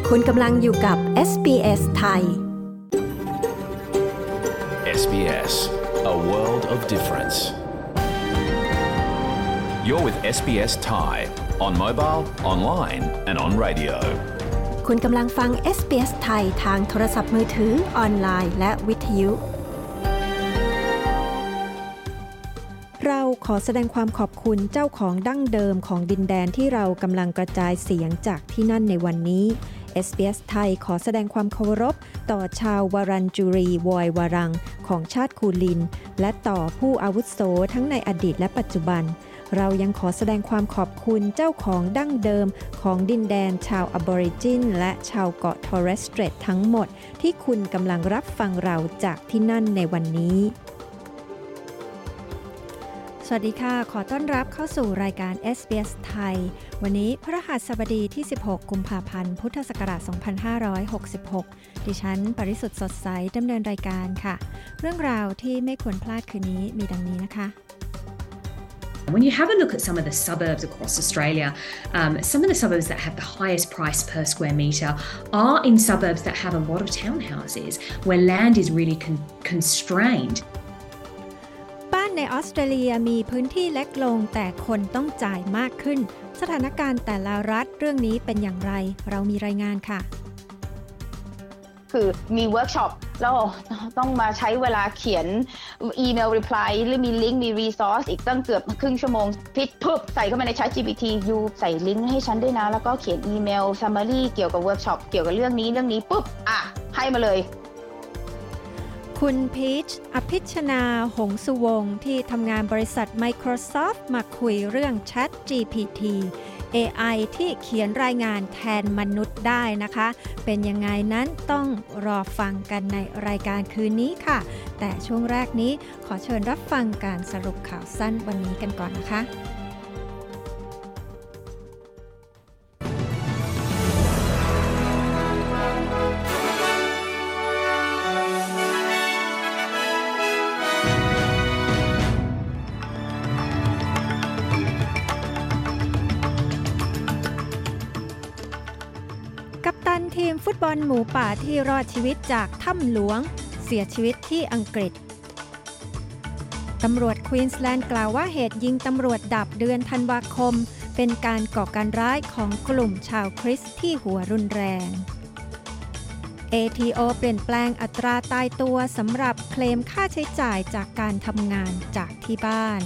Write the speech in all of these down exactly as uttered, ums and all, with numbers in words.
คุณกำลังอยู่กับ เอส บี เอส ไทยเอส บี เอส, a world of difference. You're with เอส บี เอส Thai on mobile, online and on radio. คุณกำลังฟัง เอส บี เอส ไทยทางโทรศัพท์มือถือออนไลน์และวิทยุเราขอแสดงความขอบคุณเจ้าของดั้งเดิมของดินแดนที่เรากำลังกระจายเสียงจากที่นั่นในวันนี้ เอส บี เอส ไทยขอแสดงความเคารพต่อชาววารันจูรีวอยวารังของชาติคูลินและต่อผู้อาวุโสทั้งในอดีตและปัจจุบันเรายังขอแสดงความขอบคุณเจ้าของดั้งเดิมของดินแดนชาวอบอริจินและชาวเกาะทอร์เรสสเตรททั้งหมดที่คุณกำลังรับฟังเราจากที่นั่นในวันนี้สวัสดีค่ะขอต้อนรับเข้าสู่รายการ เอส บี เอส ไทยวันนี้พฤหัสบดีที่สิบหกกุมภาพันธ์พุทธศักราชสองพันห้าร้อยหกสิบหกดิฉันปริสุทธิ์สดใสดำเนินรายการค่ะเรื่องราวที่ไม่ควรพลาดคืนนี้มีดังนี้นะคะ When you have a look at some of the suburbs across Australia, um, some of the suburbs that have the highest price per square metre are in suburbs that have a lot of townhouses where land is really con- constrained. บ้านในออสเตรเลียมีพื้นที่เล็กลงแต่คนต้องจ่ายมากขึ้นสถานการณ์แต่ละรัฐเรื่องนี้เป็นอย่างไรเรามีรายงานค่ะคือมีเวิร์กช็อปแล้วต้องมาใช้เวลาเขียนอีเมลรีプライหรือมีลิงก์มีรีซอสอีกตั้งเกือบครึ่งชั่วโมงพิดพึบใส่เข้ามาใน Chat จี พี ที ยูใส่ลิงก์ให้ฉันด้วยนะแล้วก็เขียนอีเมล summary เกี่ยวกับเวิร์กช็อปเกี่ยวกับเรื่องนี้เรื่องนี้ปุ๊บอ่ะให้มาเลยคุณพีชอภิชนาหงสุวงศ์ที่ทำงานบริษัท Microsoft มาคุยเรื่อง Chat จี พี ที เอ ไอ ที่เขียนรายงานแทนมนุษย์ได้นะคะเป็นยังไงนั้นต้องรอฟังกันในรายการคืนนี้ค่ะแต่ช่วงแรกนี้ขอเชิญรับฟังการสรุปข่าวสั้นวันนี้กันก่อนนะคะกัปตันทีมฟุตบอลหมูป่าที่รอดชีวิตจากถ้ำหลวงเสียชีวิตที่อังกฤษตำรวจควีนส์แลนด์กล่าวว่าเหตุยิงตำรวจดับเดือนธันวาคมเป็นการก่อการร้ายของกลุ่มชาวคริสต์ที่หัวรุนแรง เอ ที โอ เปลี่ยนแปลงอัตราตายตัวสำหรับเคลมค่าใช้จ่ายจากการทำงานจากที่บ้าน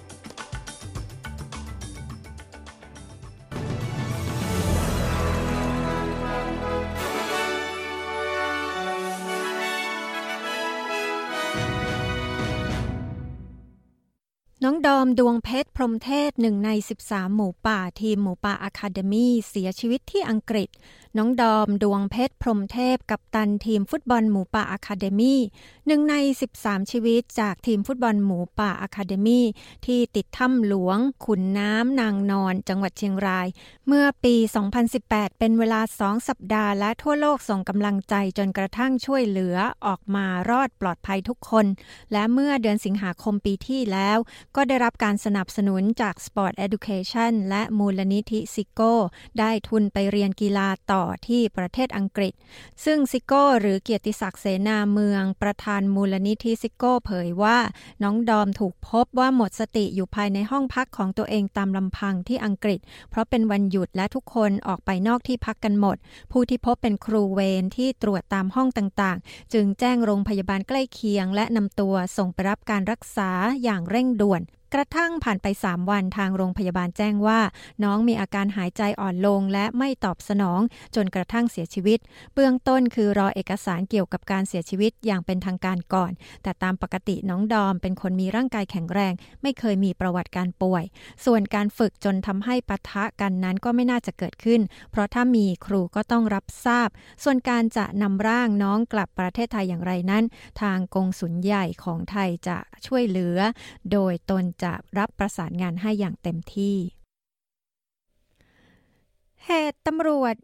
น้องดอมดวงเพชรพรหมเทพหนึ่งในสิบสามหมูป่าทีมหมูป่าอะคาเดมี่เสียชีวิตที่อังกฤษน้องดอมดวงเพชรพรหมเทพกัปตันทีมฟุตบอลหมูป่าอะคาเดมี่หนึ่งในสิบสามชีวิตจากทีมฟุตบอลหมูป่าอะคาเดมี่ที่ติดถ้ำหลวงขุนน้ำนางนอนจังหวัดเชียงรายเมื่อปีสองพันสิบแปดเป็นเวลาสองสัปดาห์และทั่วโลกส่งกำลังใจจนกระทั่งช่วยเหลือออกมารอดปลอดภัยทุกคนและเมื่อเดือนสิงหาคมปีที่แล้วก็ได้รับการสนับสนุนจาก Sport Education และมูลนิธิซิโก้ได้ทุนไปเรียนกีฬาต่อที่ประเทศอังกฤษซึ่งซิโก้หรือเกียรติศักดิ์เสนาเมืองประธานมูลนิธิซิโก้เผยว่าน้องดอมถูกพบว่าหมดสติอยู่ภายในห้องพักของตัวเองตามลำพังที่อังกฤษเพราะเป็นวันหยุดและทุกคนออกไปนอกที่พักกันหมดผู้ที่พบเป็นครูเวรที่ตรวจตามห้องต่างๆจึงแจ้งโรงพยาบาลใกล้เคียงและนำตัวส่งไปรับการรักษาอย่างเร่งด่วนกระทั่งผ่านไปสามวันทางโรงพยาบาลแจ้งว่าน้องมีอาการหายใจอ่อนลงและไม่ตอบสนองจนกระทั่งเสียชีวิตเบื้องต้นคือรอเอกสารเกี่ยวกับการเสียชีวิตอย่างเป็นทางการก่อนแต่ตามปกติน้องดอมเป็นคนมีร่างกายแข็งแรงไม่เคยมีประวัติการป่วยส่วนการฝึกจนทำให้ปะทะกันนั้นก็ไม่น่าจะเกิดขึ้นเพราะถ้ามีครูก็ต้องรับทราบส่วนการจะนำร่างน้องกลับประเทศไทยอย่างไรนั้นทางกงสุลใหญ่ของไทยจะช่วยเหลือโดยตนจะรับประสานงานให้อย่างเต็มที่เหตุตำรวจ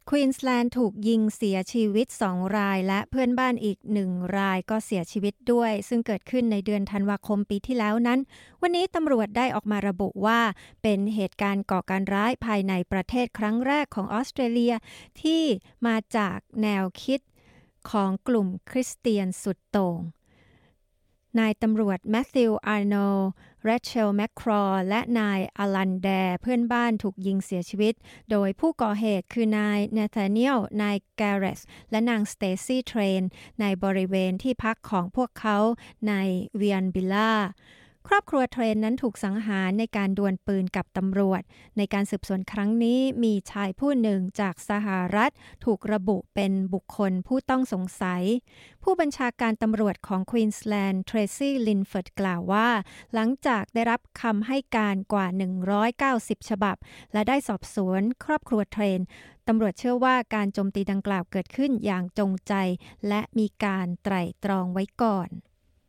ควีนสแลนด์ถูกยิงเสียชีวิตสองรายและเพื่อนบ้านอีกหนึ่งรายก็เสียชีวิตด้วยซึ่งเกิดขึ้นในเดือนธันวาคมปีที่แล้วนั้นวันนี้ตำรวจได้ออกมาระบุว่าเป็นเหตุการณ์ก่อการร้ายภายในประเทศครั้งแรกของออสเตรเลียที่มาจากแนวคิดของกลุ่มคริสเตียนสุดโต่งนายตำรวจแมทธิวอาร์โนลด์เรเชลแมคครอว์และนายอลันแดร์เพื่อนบ้านถูกยิงเสียชีวิตโดยผู้ก่อเหตุคือนายเนธาเนียลนายแกเรสและนางสเตซี่เทรนในบริเวณที่พักของพวกเขาในเวียนบิลล่าครอบครัวเทรนนั้นถูกสังหารในการดวลปืนกับตำรวจในการสืบสวนครั้งนี้มีชายผู้หนึ่งจากสหรัฐถูกระบุเป็นบุคคลผู้ต้องสงสัยผู้บัญชาการตำรวจของควีนสแลนด์เทรซี่ลินฟอร์ดกล่าวว่าหลังจากได้รับคำให้การกว่าหนึ่งร้อยเก้าสิบฉบับและได้สอบสวนครอบครัวเทรนตำรวจเชื่อว่าการโจมตีดังกล่าวเกิดขึ้นอย่างจงใจและมีการไตร่ตรองไว้ก่อน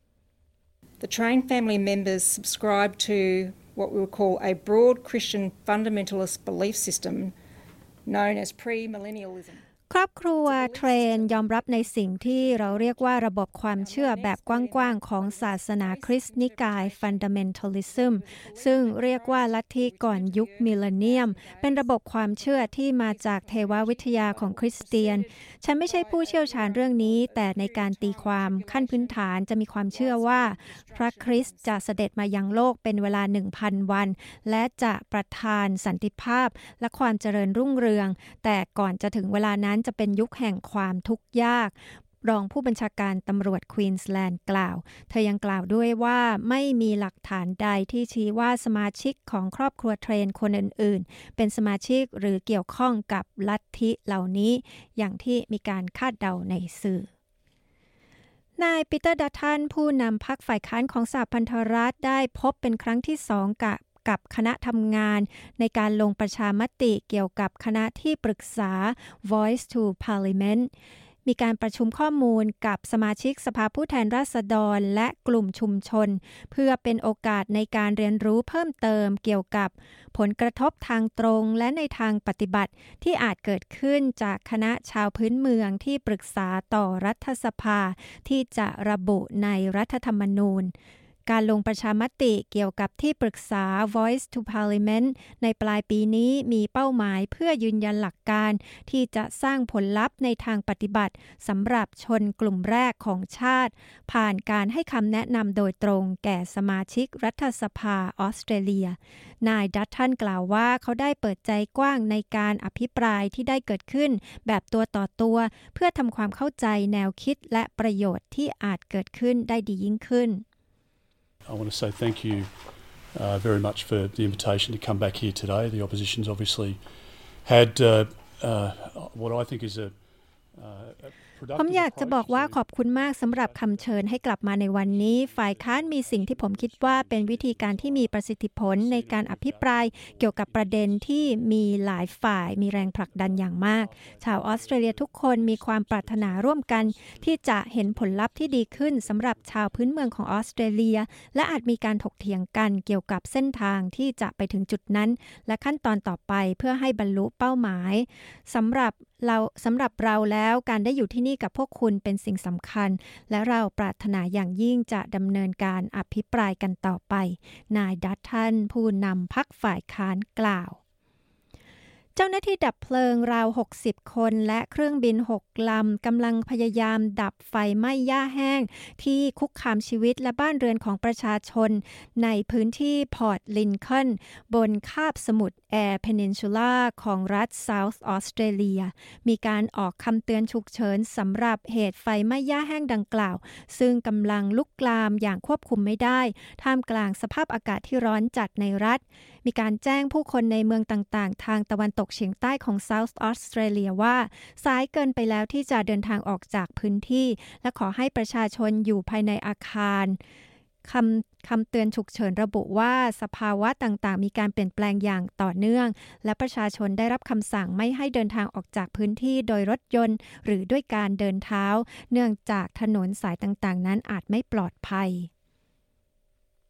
The Train family members subscribe to what we would call a broad Christian fundamentalist belief system known as premillennialism. ครอบครัวเทรนยอมรับในสิ่งที่เราเรียกว่าระบบความเชื่อแบบกว้างๆของศาสนาคริสต์นิกาย Fundamentalism ซึ่งเรียกว่าลัทธิก่อนยุคมิลเลนเนียมเป็นระบบความเชื่อที่มาจากเทววิทยาของคริสเตียนฉันไม่ใช่ผู้เชี่ยวชาญเรื่องนี้แต่ในการตีความขั้นพื้นฐานจะมีความเชื่อว่าพระคริสต์จะเสด็จมายังโลกเป็นเวลา หนึ่งพัน วันและจะประทานสันติภาพและความเจริญรุ่งเรืองแต่ก่อนจะถึงเวลานั้นจะเป็นยุคแห่งความทุกข์ยากรองผู้บัญชาการตำรวจควีนสแลนด์กล่าวเธอยังกล่าวด้วยว่าไม่มีหลักฐานใดที่ชี้ว่าสมาชิกของครอบครัวเทรนคนอื่นๆเป็นสมาชิกหรือเกี่ยวข้องกับลัทธิเหล่านี้อย่างที่มีการคาดเดาในสื่อนายปีเตอร์ดัตตันผู้นำพรรคฝ่ายค้านของสหพันธรัฐได้พบเป็นครั้งที่สองกับกับคณะทำงานในการลงประชามติเกี่ยวกับคณะที่ปรึกษา Voice to Parliament มีการประชุมข้อมูลกับสมาชิกสภาผู้แทนราษฎรและกลุ่มชุมชนเพื่อเป็นโอกาสในการเรียนรู้เพิ่มเติมเกี่ยวกับผลกระทบทางตรงและในทางปฏิบัติที่อาจเกิดขึ้นจากคณะชาวพื้นเมืองที่ปรึกษาต่อรัฐสภาที่จะระบุในรัฐธรรมนูญการลงประชามติเกี่ยวกับที่ปรึกษา Voice to Parliament ในปลายปีนี้มีเป้าหมายเพื่อยืนยันหลักการที่จะสร้างผลลัพธ์ในทางปฏิบัติสำหรับชนกลุ่มแรกของชาติผ่านการให้คำแนะนำโดยตรงแก่สมาชิกรัฐสภาออสเตรเลียนายดัตตันกล่าวว่าเขาได้เปิดใจกว้างในการอภิปรายที่ได้เกิดขึ้นแบบตัวต่อตัวเพื่อทำความเข้าใจแนวคิดและประโยชน์ที่อาจเกิดขึ้นได้ดียิ่งขึ้น I want to say thank you uh, very much for the invitation to come back here today. The opposition's obviously had uh, uh, what I think is a, uh, a ผมอยากจะบอกว่าขอบคุณมากสำหรับคำเชิญให้กลับมาในวันนี้ฝ่ายค้านมีสิ่งที่ผมคิดว่าเป็นวิธีการที่มีประสิทธิผลในการอภิปรายเกี่ยวกับประเด็นที่มีหลายฝ่ายมีแรงผลักดันอย่างมากชาวออสเตรเลียทุกคนมีความปรารถนาร่วมกันที่จะเห็นผลลัพธ์ที่ดีขึ้นสำหรับชาวพื้นเมืองของออสเตรเลียและอาจมีการถกเถียงกันเกี่ยวกับเส้นทางที่จะไปถึงจุดนั้นและขั้นตอนต่อไปเพื่อให้บรรลุเป้าหมายสำหรับเราสำหรับเราแล้วการได้อยู่ที่นี่กับพวกคุณเป็นสิ่งสำคัญและเราปรารถนาอย่างยิ่งจะดำเนินการอภิปรายกันต่อไปนายดัตตันผู้นำพรรคฝ่ายค้านกล่าวเจ้าหน้าที่ดับเพลิงราวหกสิบคนและเครื่องบินหกลำกำลังพยายามดับไฟไหม้หญ้าแห้งที่คุกคามชีวิตและบ้านเรือนของประชาชนในพื้นที่พอร์ตลินคอล์นบนคาบสมุทรแอร์เพนินซูล่าของรัฐเซาท์ออสเตรเลียมีการออกคำเตือนฉุกเฉินสำหรับเหตุไฟไหม้หญ้าแห้งดังกล่าวซึ่งกำลังลุกลามอย่างควบคุมไม่ได้ท่ามกลางสภาพอากาศที่ร้อนจัดในรัฐมีการแจ้งผู้คนในเมืองต่างๆทางตะวันตกเฉียงใต้ของเซาท์ออสเตรเลียว่าสายเกินไปแล้วที่จะเดินทางออกจากพื้นที่และขอให้ประชาชนอยู่ภายในอาคารคำคำเตือนฉุกเฉินระบุว่าสภาวะต่างๆมีการเปลี่ยนแปลงอย่างต่อเนื่องและประชาชนได้รับคำสั่งไม่ให้เดินทางออกจากพื้นที่โดยรถยนต์หรือด้วยการเดินเท้าเนื่องจากถนนสายต่างๆนั้นอาจไม่ปลอดภัย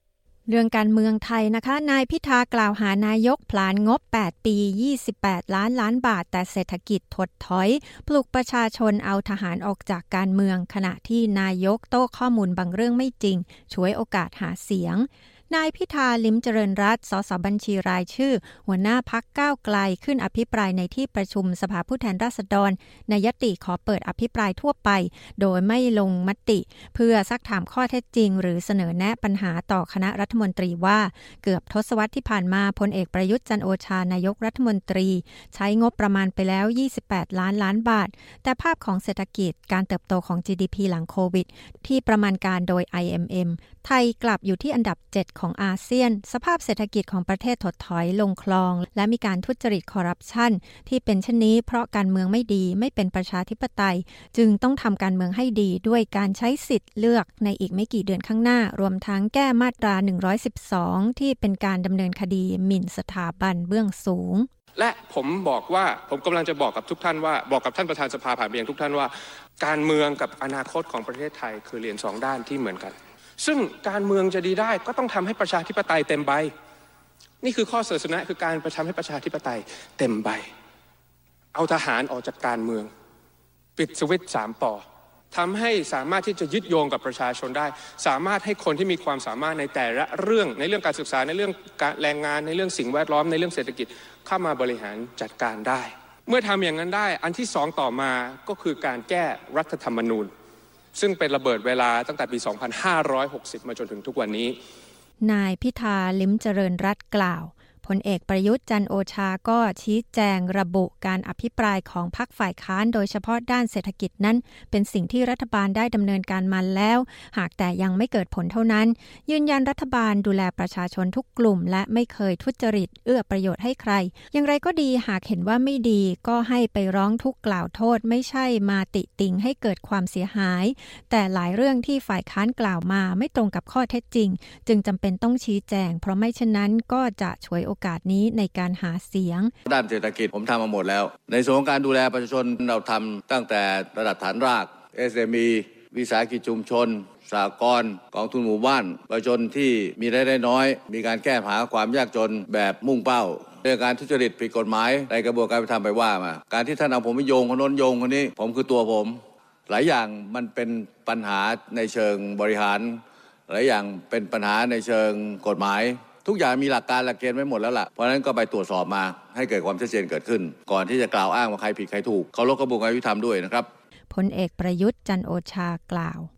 เรื่องการเมืองไทยนะคะนายพิธากล่าวหานายกผลาญงบแปดปียี่สิบแปดล้านล้านบาทแต่เศรษฐกิจถดถอยปลุกประชาชนเอาทหารออกจากการเมืองขณะที่นายกโต้ข้อมูลบางเรื่องไม่จริงฉวยโอกาสหาเสียงนายพิธาลิ้มเจริญรัตน์สสบัญชีรายชื่อหัวหน้าพรรคก้าวไกลขึ้นอภิปรายในที่ประชุมสภาผู้แทนราษฎรในยติขอเปิดอภิปรายทั่วไปโดยไม่ลงมติเพื่อซักถามข้อเท็จจริงหรือเสนอแนะปัญหาต่อคณะรัฐมนตรีว่าเกือบทศวรรษที่ผ่านมาพลเอกประยุทธ์จันทร์โอชานายกรัฐมนตรีใช้งบประมาณไปแล้วยี่สิบแปดล้านล้านบาทแต่ภาพของเศรษฐกิจการเติบโตของ จี ดี พี หลังโควิดที่ประมาณการโดย ไอ เอ็ม เอ็ม ไทยกลับอยู่ที่อันดับเจ็ดของอาเซียนสภาพเศรษฐกิจของประเทศถดถอยลงคลองและมีการทุจริตคอร์รัปชันที่เป็นเช่นนี้เพราะการเมืองไม่ดีไม่เป็นประชาธิปไตยจึงต้องทำการเมืองให้ดีด้วยการใช้สิทธิ์เลือกในอีกไม่กี่เดือนข้างหน้ารวมทั้งแก้มาตราหนึ่งร้อยสิบสองที่เป็นการดำเนินคดีหมิ่นสถาบันเบื้องสูงและผมบอกว่าผมกำลังจะบอกกับทุกท่านว่าบอกกับท่านประธานสภาผ่านไปยังทุกท่านว่าการเมืองกับอนาคตของประเทศไทยคือเหรียญสองด้านที่เหมือนกันซึ่งการเมืองจะดีได้ก็ต้องทำให้ประชาธิปไตยเต็มใบนี่คือข้อเสนอคือการประทำให้ประชาธิปไตยเต็มใบเอาทหารออกจากการเมืองปิดสวิตช์สามปอทำให้สามารถที่จะยึดโยงกับประชาชนได้สามารถให้คนที่มีความสามารถในแต่ละเรื่องในเรื่องการศึกษาในเรื่องการแรงงานในเรื่องสิ่งแวดล้อมในเรื่องเศรษฐกิจเข้ามาบริหารจัดการได้เมื่อทำอย่างนั้นได้อันที่สองต่อมาก็คือการแก้รัฐธรรมนูญซึ่งเป็นระเบิดเวลาตั้งแต่ปีสองพันห้าร้อยหกสิบมาจนถึงทุกวันนี้นายพิธาลิ้มเจริญรัตน์กล่าวพลเอกประยุทธ์จันทร์โอชาก็ชี้แจงระบุการอภิปรายของพรรคฝ่ายค้านโดยเฉพาะด้านเศรษฐกิจนั้นเป็นสิ่งที่รัฐบาลได้ดำเนินการมาแล้วหากแต่ยังไม่เกิดผลเท่านั้นยืนยันรัฐบาลดูแลประชาชนทุกกลุ่มและไม่เคยทุจริตเอื้อประโยชน์ให้ใครอย่างไรก็ดีหากเห็นว่าไม่ดีก็ให้ไปร้องทุกข์กล่าวโทษไม่ใช่มาติติงให้เกิดความเสียหายแต่หลายเรื่องที่ฝ่ายค้านกล่าวมาไม่ตรงกับข้อเท็จจริงจึงจำเป็นต้องชี้แจงเพราะไม่เช่นนั้นก็จะฉวยโอกาสนี้ในการหาเสียงด้านเศรษฐกิจผมทำมาหมดแล้วในส่วนของการดูแลประชาชนเราทำตั้งแต่ระดับฐานราก เอส เอ็ม อี วิสาหกิจชุมชนสหกรณ์กองทุนหมู่บ้านประชาชนที่มีรายได้น้อยมีการแก้ปัญหาความยากจนแบบมุ่งเป้าเรื่องการทุจริตผิดกฎหมายในกระบวนการไปทำไปว่ามาการที่ท่านเอาผมไปโยงคนโน้นโยงคนนี้ผมคือตัวผมหลายอย่างมันเป็นปัญหาในเชิงบริหารหลายอย่างเป็นปัญหาในเชิงกฎหมายทุกอย่างมีหลักการหลักเกณฑ์ไว้หมดแล้วล่ะเพราะฉะนั้นก็ไปตรวจสอบมาให้เกิดความชัดเจนเกิดขึ้นก่อนที่จะกล่าวอ้างว่าใครผิดใครถูกเคารพกระบวนการยุติธรรมด้วยนะครับพลเอกประยุทธ์จันทร์โอชากล่าว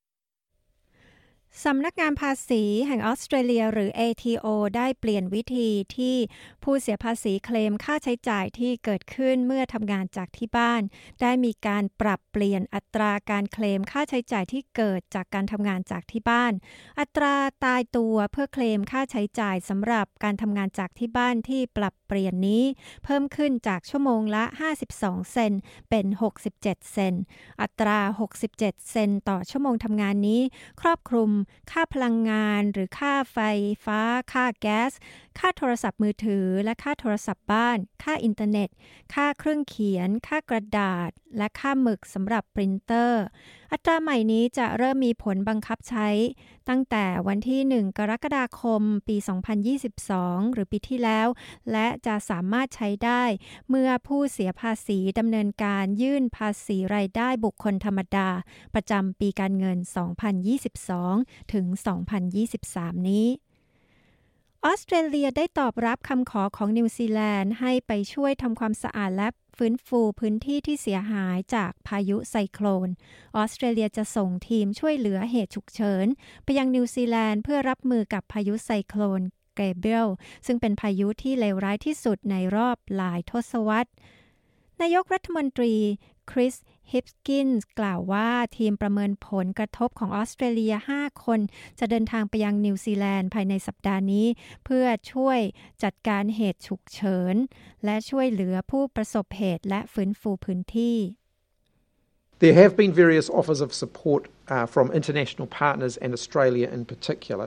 สำนักงานภาษีแห่งออสเตรเลียหรือ เอ ที โอ ได้เปลี่ยนวิธีที่ผู้เสียภาษีเคลมค่าใช้จ่ายที่เกิดขึ้นเมื่อทำงานจากที่บ้านได้มีการปรับเปลี่ยนอัตราการเคลมค่าใช้จ่ายที่เกิดจากการทำงานจากที่บ้านอัตราตายตัวเพื่อเคลมค่าใช้จ่ายสำหรับการทำงานจากที่บ้านที่ปรับเปลี่ยนนี้เพิ่มขึ้นจากชั่วโมงละห้าสิบสองเซนต์เป็นหกสิบเจ็ดเซนต์อัตราหกสิบเจ็ดเซนต์ต่อชั่วโมงทำงานนี้ครอบคลุมค่าพลังงานหรือค่าไฟฟ้าค่าแก๊สค่าโทรศัพท์มือถือและค่าโทรศัพท์บ้านค่าอินเทอร์เน็ตค่าเครื่องเขียนค่ากระดาษและค่าหมึกสำหรับปรินเตอร์อัตราใหม่นี้จะเริ่มมีผลบังคับใช้ตั้งแต่วันที่หนึ่งกรกฎาคมปีสองพันยี่สิบสองหรือปีที่แล้วและจะสามารถใช้ได้เมื่อผู้เสียภาษีดำเนินการยื่นภาษีรายได้บุคคลธรรมดาประจำปีการเงินสองพันยี่สิบสองถึงสองพันยี่สิบสามนี้ออสเตรเลียได้ตอบรับคำขอของนิวซีแลนด์ให้ไปช่วยทำความสะอาดและฟื้นฟูพื้นที่ที่เสียหายจากพายุไซโคลนออสเตรเลียจะส่งทีมช่วยเหลือเหตุฉุกเฉินไปยังนิวซีแลนด์เพื่อรับมือกับพายุไซโคลนเกเบรียลซึ่งเป็นพายุที่เลวร้ายที่สุดในรอบหลายทศวรรษนายกรัฐมนตรีคริสฮิปกินส์กล่าวว่าทีมประเมินผลกระทบของออสเตรเลียห้าคนจะเดินทางไปยังนิวซีแลนด์ภายในสัปดาห์นี้เพื่อช่วยจัดการเหตุฉุกเฉินและช่วยเหลือผู้ประสบเหตุและฟื้นฟูพื้นที่ There have been various offers of support uh, from international partners and Australia in particular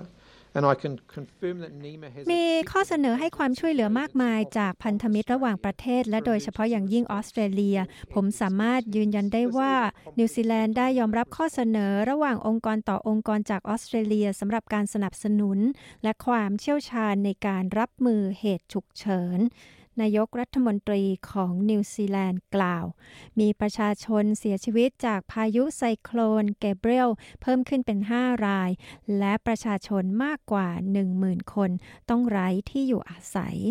and I can confirm that N E M A has มีข้อเสนอให้ความช่วยเหลือมากมายจากพันธมิตรระหว่างประเทศและโดยเฉพาะอย่างยิ่งออสเตรเลียผมสามารถยืนยันได้ว่านิวซีแลนด์ได้ยอมรับข้อเสนอระหว่างองค์กรต่อองค์กรจากออสเตรเลียสำหรับการสนับสนุนและความเชี่ยวชาญในการรับมือเหตุฉุกเฉินนายกรัฐมนตรีของนิวซีแลนด์กล่าวมีประชาชนเสียชีวิตจากพายุไซโคลนแกเบรียลเพิ่มขึ้นเป็นห้ารายและประชาชนมากกว่า หนึ่งหมื่น คนต้องไร้ที่อยู่อาศัย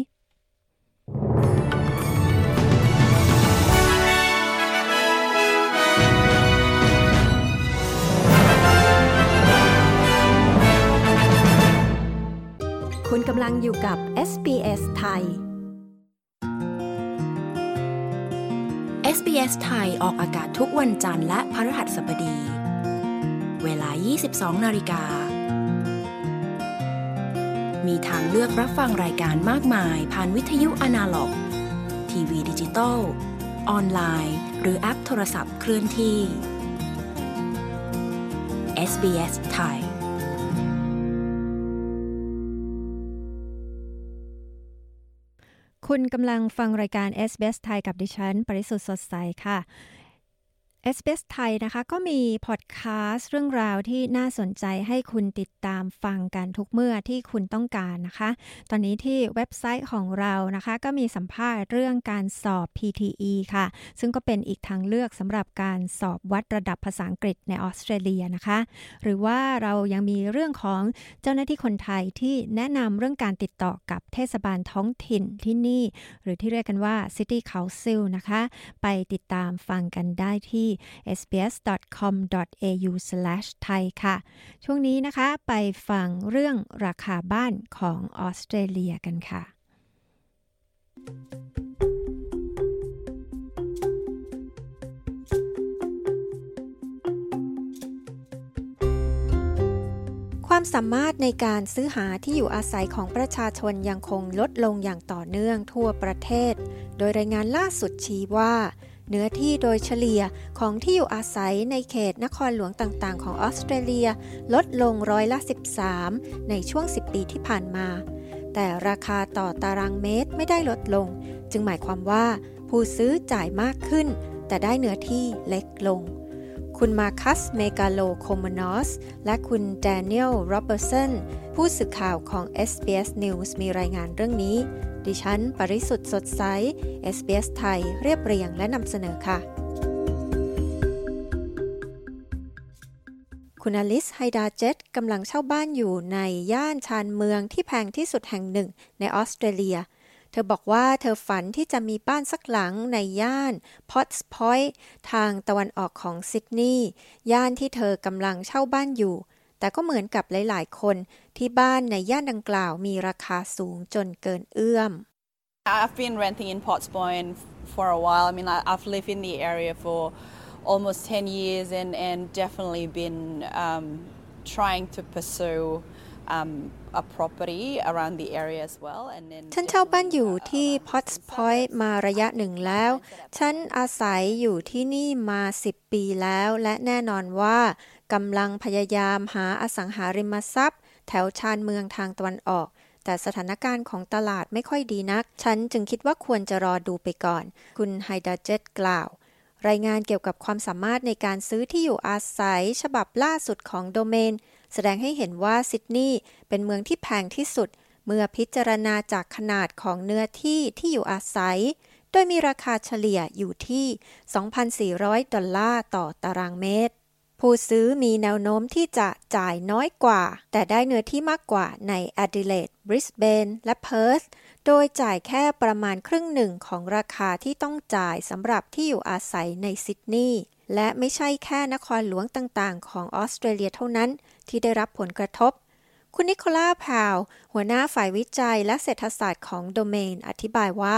คุณกำลังอยู่กับ เอส บี เอส ไทยเอส บี เอส ไทยออกอากาศทุกวันจันทร์และพฤหัสบดี เวลา ยี่สิบสอง นาฬิกา มีทางเลือกรับฟังรายการมากมายผ่านวิทยุอนาล็อก ทีวีดิจิตอล ออนไลน์ หรือแอปโทรศัพท์เคลื่อนที่ เอส บี เอส ไทยคุณกำลังฟังรายการ เอส บี เอส ไทยกับดิฉันปริสุทธิ์สดใสค่ะ เอส บี เอส ไทยนะคะก็มีพอดคาสต์เรื่องราวที่น่าสนใจให้คุณติดตามฟังกันทุกเมื่อที่คุณต้องการนะคะตอนนี้ที่เว็บไซต์ของเรานะคะก็มีสัมภาษณ์เรื่องการสอบ พี ที อี ค่ะซึ่งก็เป็นอีกทางเลือกสำหรับการสอบวัดระดับภาษาอังกฤษในออสเตรเลียนะคะหรือว่าเรายังมีเรื่องของเจ้าหน้าที่คนไทยที่แนะนำเรื่องการติดต่อกับเทศบาลท้องถิ่นที่นี่หรือที่เรียกกันว่า City Council นะคะไปติดตามฟังกันได้ที่ เอส บี เอส ดอท คอม ดอท เอ ยู สแลช ไทย ค่ะช่วงนี้นะคะไปฟังเรื่องราคาบ้านของออสเตรเลียกันค่ะความสามารถในการซื้อหาที่อยู่อาศัยของประชาชนยังคงลดลงอย่างต่อเนื่องทั่วประเทศโดยรายงานล่าสุดชี้ว่าเนื้อที่โดยเฉลี่ยของที่อยู่อาศัยในเขตนครหลวงต่างๆของออสเตรเลียลดลงร้อยละสิบสามในช่วงสิบปีที่ผ่านมาแต่ราคาต่อตารางเมตรไม่ได้ลดลงจึงหมายความว่าผู้ซื้อจ่ายมากขึ้นแต่ได้เนื้อที่เล็กลงคุณมาคัสเมกาโลโคมานอสและคุณแดเนียลโรเบอร์สันผู้สื่อข่าวของ เอส บี เอส News มีรายงานเรื่องนี้ดิฉันปริสุทธิ์สดใส เอส บี เอส ไทยเรียบเรียงและนำเสนอค่ะคุณอลิสไฮดาเจตกำลังเช่าบ้านอยู่ในย่านชานเมืองที่แพงที่สุดแห่งหนึ่งในออสเตรเลียเธอบอกว่าเธอฝันที่จะมีบ้านสักหลังในย่านพอตส์พอยต์ทางตะวันออกของซิดนีย์ย่านที่เธอกำลังเช่าบ้านอยู่แต่ก็เหมือนกับหลายๆคนที่บ้านในย่านดังกล่าวมีราคาสูงจนเกินเอื้อม I've been renting in Potts Point for a while. I mean, I've lived in the area for almost ten years and and definitely been um, trying to pursue um, a property around the area as well. And then ฉันเช่าบ้านอยู่ที่ Potts Point มาระยะหนึ่งแล้วฉันอาศัยอยู่ที่นี่มาสิบปีแล้วและแน่นอนว่ากำลังพยายามหาอสังหาริมทรัพย์แถวชานเมืองทางตะวันออกแต่สถานการณ์ของตลาดไม่ค่อยดีนักฉันจึงคิดว่าควรจะรอดูไปก่อนคุณไฮดาเจตกล่าวรายงานเกี่ยวกับความสามารถในการซื้อที่อยู่อาศัยฉบับล่าสุดของโดเมนแสดงให้เห็นว่าซิดนีย์เป็นเมืองที่แพงที่สุดเมื่อพิจารณาจากขนาดของเนื้อที่ที่อยู่อาศัยโดยมีราคาเฉลี่ยอยู่ที่ สองพันสี่ร้อย ดอลลาร์ต่อตารางเมตรผู้ซื้อมีแนวโน้มที่จะจ่ายน้อยกว่าแต่ได้เนื้อที่มากกว่าในแอดิเลด บริสเบน และเพิร์ธโดยจ่ายแค่ประมาณครึ่งหนึ่งของราคาที่ต้องจ่ายสำหรับที่อยู่อาศัยในซิดนีย์และไม่ใช่แค่นครหลวงต่างๆของออสเตรเลียเท่านั้นที่ได้รับผลกระทบคุณนิโคล่าพาวหัวหน้าฝ่ายวิจัยและเศรษฐศาสตร์ของโดเมนอธิบายว่า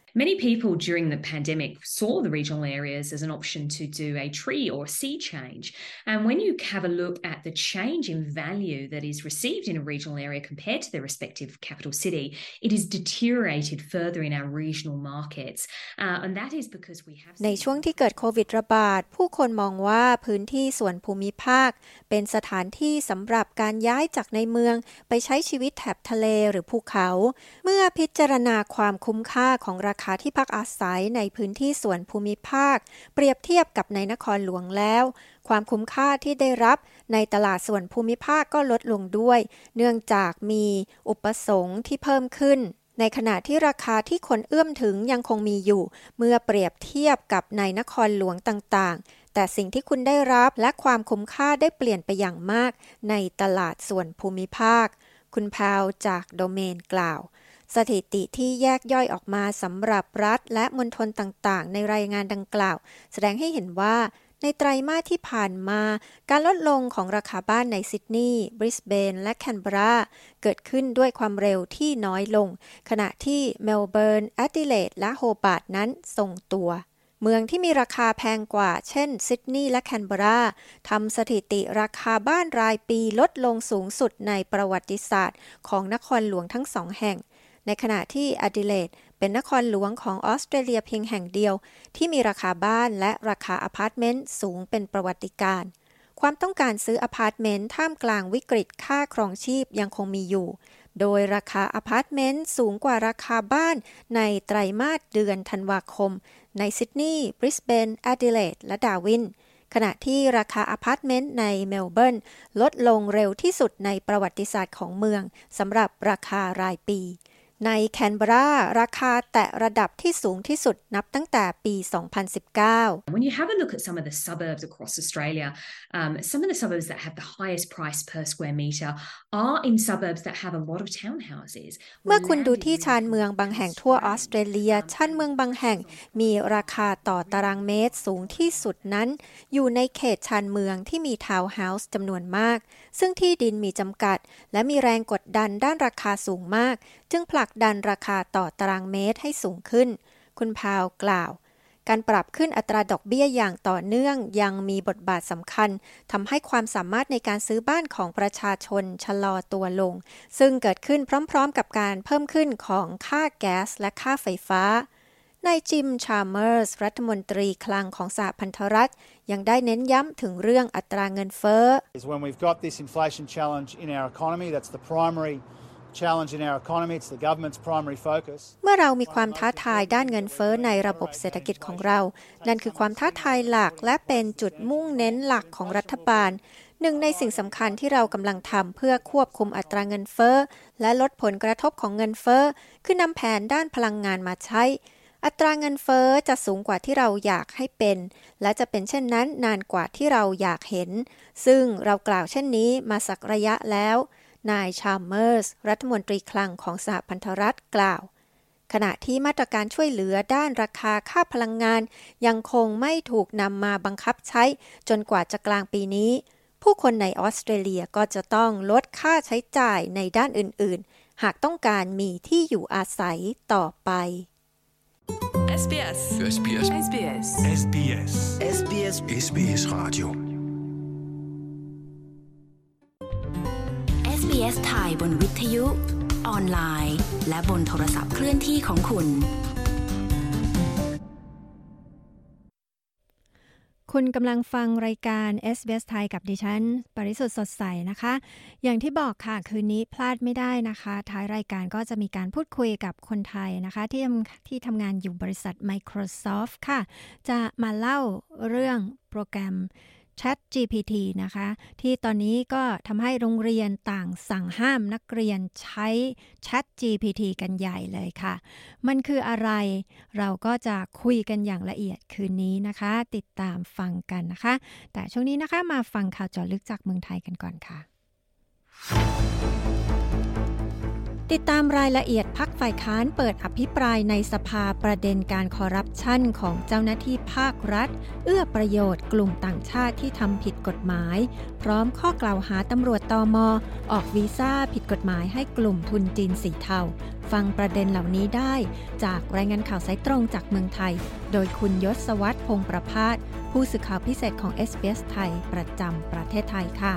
Many people during the pandemic saw the regional areas as an option to do a tree or sea change. And when you have a look at the change in value that is received in a regional area compared to their respective capital city, it is deteriorated further in our regional markets. Uh, and that is because we have ในช่วงที่เกิดโควิดระบาดผู้คนมองว่าพื้นที่ส่วนภูมิภาคเป็นสถานที่สำหรับการย้ายจากในเมืองไปใช้ชีวิตแถบทะเลหรือภูเขาเมื่อพิจารณาความคุ้มค่าของราคาที่พักอาศัยในพื้นที่ส่วนภูมิภาคเปรียบเทียบกับในนครหลวงแล้วความคุ้มค่าที่ได้รับในตลาดส่วนภูมิภาคก็ลดลงด้วยเนื่องจากมีอุปสงค์ที่เพิ่มขึ้นในขณะที่ราคาที่คนเอื้อมถึงยังคงมีอยู่เมื่อเปรียบเทียบกับในนครหลวงต่างๆแต่สิ่งที่คุณได้รับและความคุ้มค่าได้เปลี่ยนไปอย่างมากในตลาดส่วนภูมิภาคคุณพาวจากโดเมนกล่าวสถิติที่แยกย่อยออกมาสำหรับรัฐและมณฑลต่างๆในรายงานดังกล่าวแสดงให้เห็นว่าในไตรมาสที่ผ่านมาการลดลงของราคาบ้านในซิดนีย์บริสเบนและแคนเบราเกิดขึ้นด้วยความเร็วที่น้อยลงขณะที่เมลเบิร์นแอดิเลดและโฮบาร์ตนั้นทรงตัวเมืองที่มีราคาแพงกว่าเช่นซิดนีย์และแคนเบราทำสถิติราคาบ้านรายปีลดลงสูงสุดในประวัติศาสตร์ของนครหลวงทั้งสองแห่งในขณะที่แอดิเลดเป็นนครหลวงของออสเตรเลียเพียงแห่งเดียวที่มีราคาบ้านและราคาอพาร์ตเมนต์สูงเป็นประวัติการณ์ความต้องการซื้ออพาร์ตเมนต์ท่ามกลางวิกฤตค่าครองชีพยังคงมีอยู่โดยราคาอพาร์ตเมนต์สูงกว่าราคาบ้านในไตรมาสเดือนธันวาคมในซิดนีย์บริสเบนแอดิเลดและดาร์วินขณะที่ราคาอพาร์ตเมนต์ในเมลเบิร์นลดลงเร็วที่สุดในประวัติศาสตร์ของเมืองสำหรับราคารายปีในแคนเบราราคาแตะระดับที่สูงที่สุดนับตั้งแต่ปีสองพันสิบเก้า When you have a look at some of the suburbs across Australia, um, some of the suburbs that have the highest price per square metre are in suburbs that have a lot of townhouses. เมื่อคุณดูที่ชานเมืองบางแห่งทั่วออสเตรเลียชานเมืองบางแห่งมีราคาต่อตารางเมตรสูงที่สุดนั้นอยู่ในเขตชานเมืองที่มีทาวน์เฮาส์จำนวนมากซึ่งที่ดินมีจำกัดและมีแรงกดดันด้านราคาสูงมากจึงผลักดันราคาต่อตารางเมตรให้สูงขึ้นคุณพาวกล่าวการปรับขึ้นอัตราดอกเบี้ยอย่างต่อเนื่องยังมีบทบาทสำคัญทำให้ความสามารถในการซื้อบ้านของประชาชนชะลอตัวลงซึ่งเกิดขึ้นพร้อมๆกับการเพิ่มขึ้นของค่าแก๊สและค่าไฟฟ้านายจิมชาร์เมอร์สรัฐมนตรีคลังของสหพันธรัฐยังได้เน้นย้ำถึงเรื่องอัตราเงินเฟ้อ When we've got this inflation challenge in our economy, that's the primary challenge in our economy. It's the government's primary focus. เมื่อเรามีความท้าทายด้านเงินเฟ้อในระบบเศรษฐกิจของเรานั่นคือความท้าทายหลักและเป็นจุดมุ่งเน้นหลักของรัฐบาลหนึ่งในสิ่งสำคัญที่เรากำลังทำเพื่อควบคุมอัตราเงินเฟ้อและลดผลกระทบของเงินเฟ้อคือนำแผนด้านพลังงานมาใช้อัตราเงินเฟ้อจะสูงกว่าที่เราอยากให้เป็นและจะเป็นเช่นนั้นนานกว่าที่เราอยากเห็นซึ่งเรากล่าวเช่นนี้มาสักระยะแล้วนายชาร์เมอร์สรัฐมนตรีคลังของสหพันธรัฐกล่าวขณะที่มาตรการช่วยเหลือด้านราคาค่าพลังงานยังคงไม่ถูกนำมาบังคับใช้จนกว่าจะกลางปีนี้ผู้คนในออสเตรเลียก็จะต้องลดค่าใช้จ่ายในด้านอื่นๆหากต้องการมีที่อยู่อาศัยต่อไปเอส บี เอส เอส บี เอส เอส บี เอส เอส บี เอส เอส บี เอส เอส บี เอส Radio เอส บี เอส ไทยบนวิทยุออนไลน์และบนโทรศัพท์เคลื่อนที่ของคุณคุณกำลังฟังรายการ เอส บี เอส ไทยกับดิฉันปริสุทธิ์สดใสนะคะอย่างที่บอกค่ะคืนนี้พลาดไม่ได้นะคะท้ายรายการก็จะมีการพูดคุยกับคนไทยนะคะที่ที่ทำงานอยู่บริษัท Microsoft ค่ะจะมาเล่าเรื่องโปรแกรม ChatGPT นะคะที่ตอนนี้ก็ทำให้โรงเรียนต่างสั่งห้ามนักเรียนใช้ ChatGPT กันใหญ่เลยค่ะมันคืออะไรเราก็จะคุยกันอย่างละเอียดคืนนี้นะคะติดตามฟังกันนะคะแต่ช่วงนี้นะคะมาฟังข่าวเจาะลึกจากเมืองไทยกันก่อนค่ะติดตามรายละเอียดพรรคฝ่ายค้านเปิดอภิปรายในสภาประเด็นการคอร์รัปชันของเจ้าหน้าที่ภาครัฐเอื้อประโยชน์กลุ่มต่างชาติที่ทำผิดกฎหมายพร้อมข้อกล่าวหาตำรวจตม.ออกวีซ่าผิดกฎหมายให้กลุ่มทุนจีนสีเทาฟังประเด็นเหล่านี้ได้จากรายงานข่าวสายตรงจากเมืองไทยโดยคุณยศวัฒน์พงษ์ประภาสผู้สื่อข่าวพิเศษของ เอส บี เอส ไทยประจำประเทศไทยค่ะ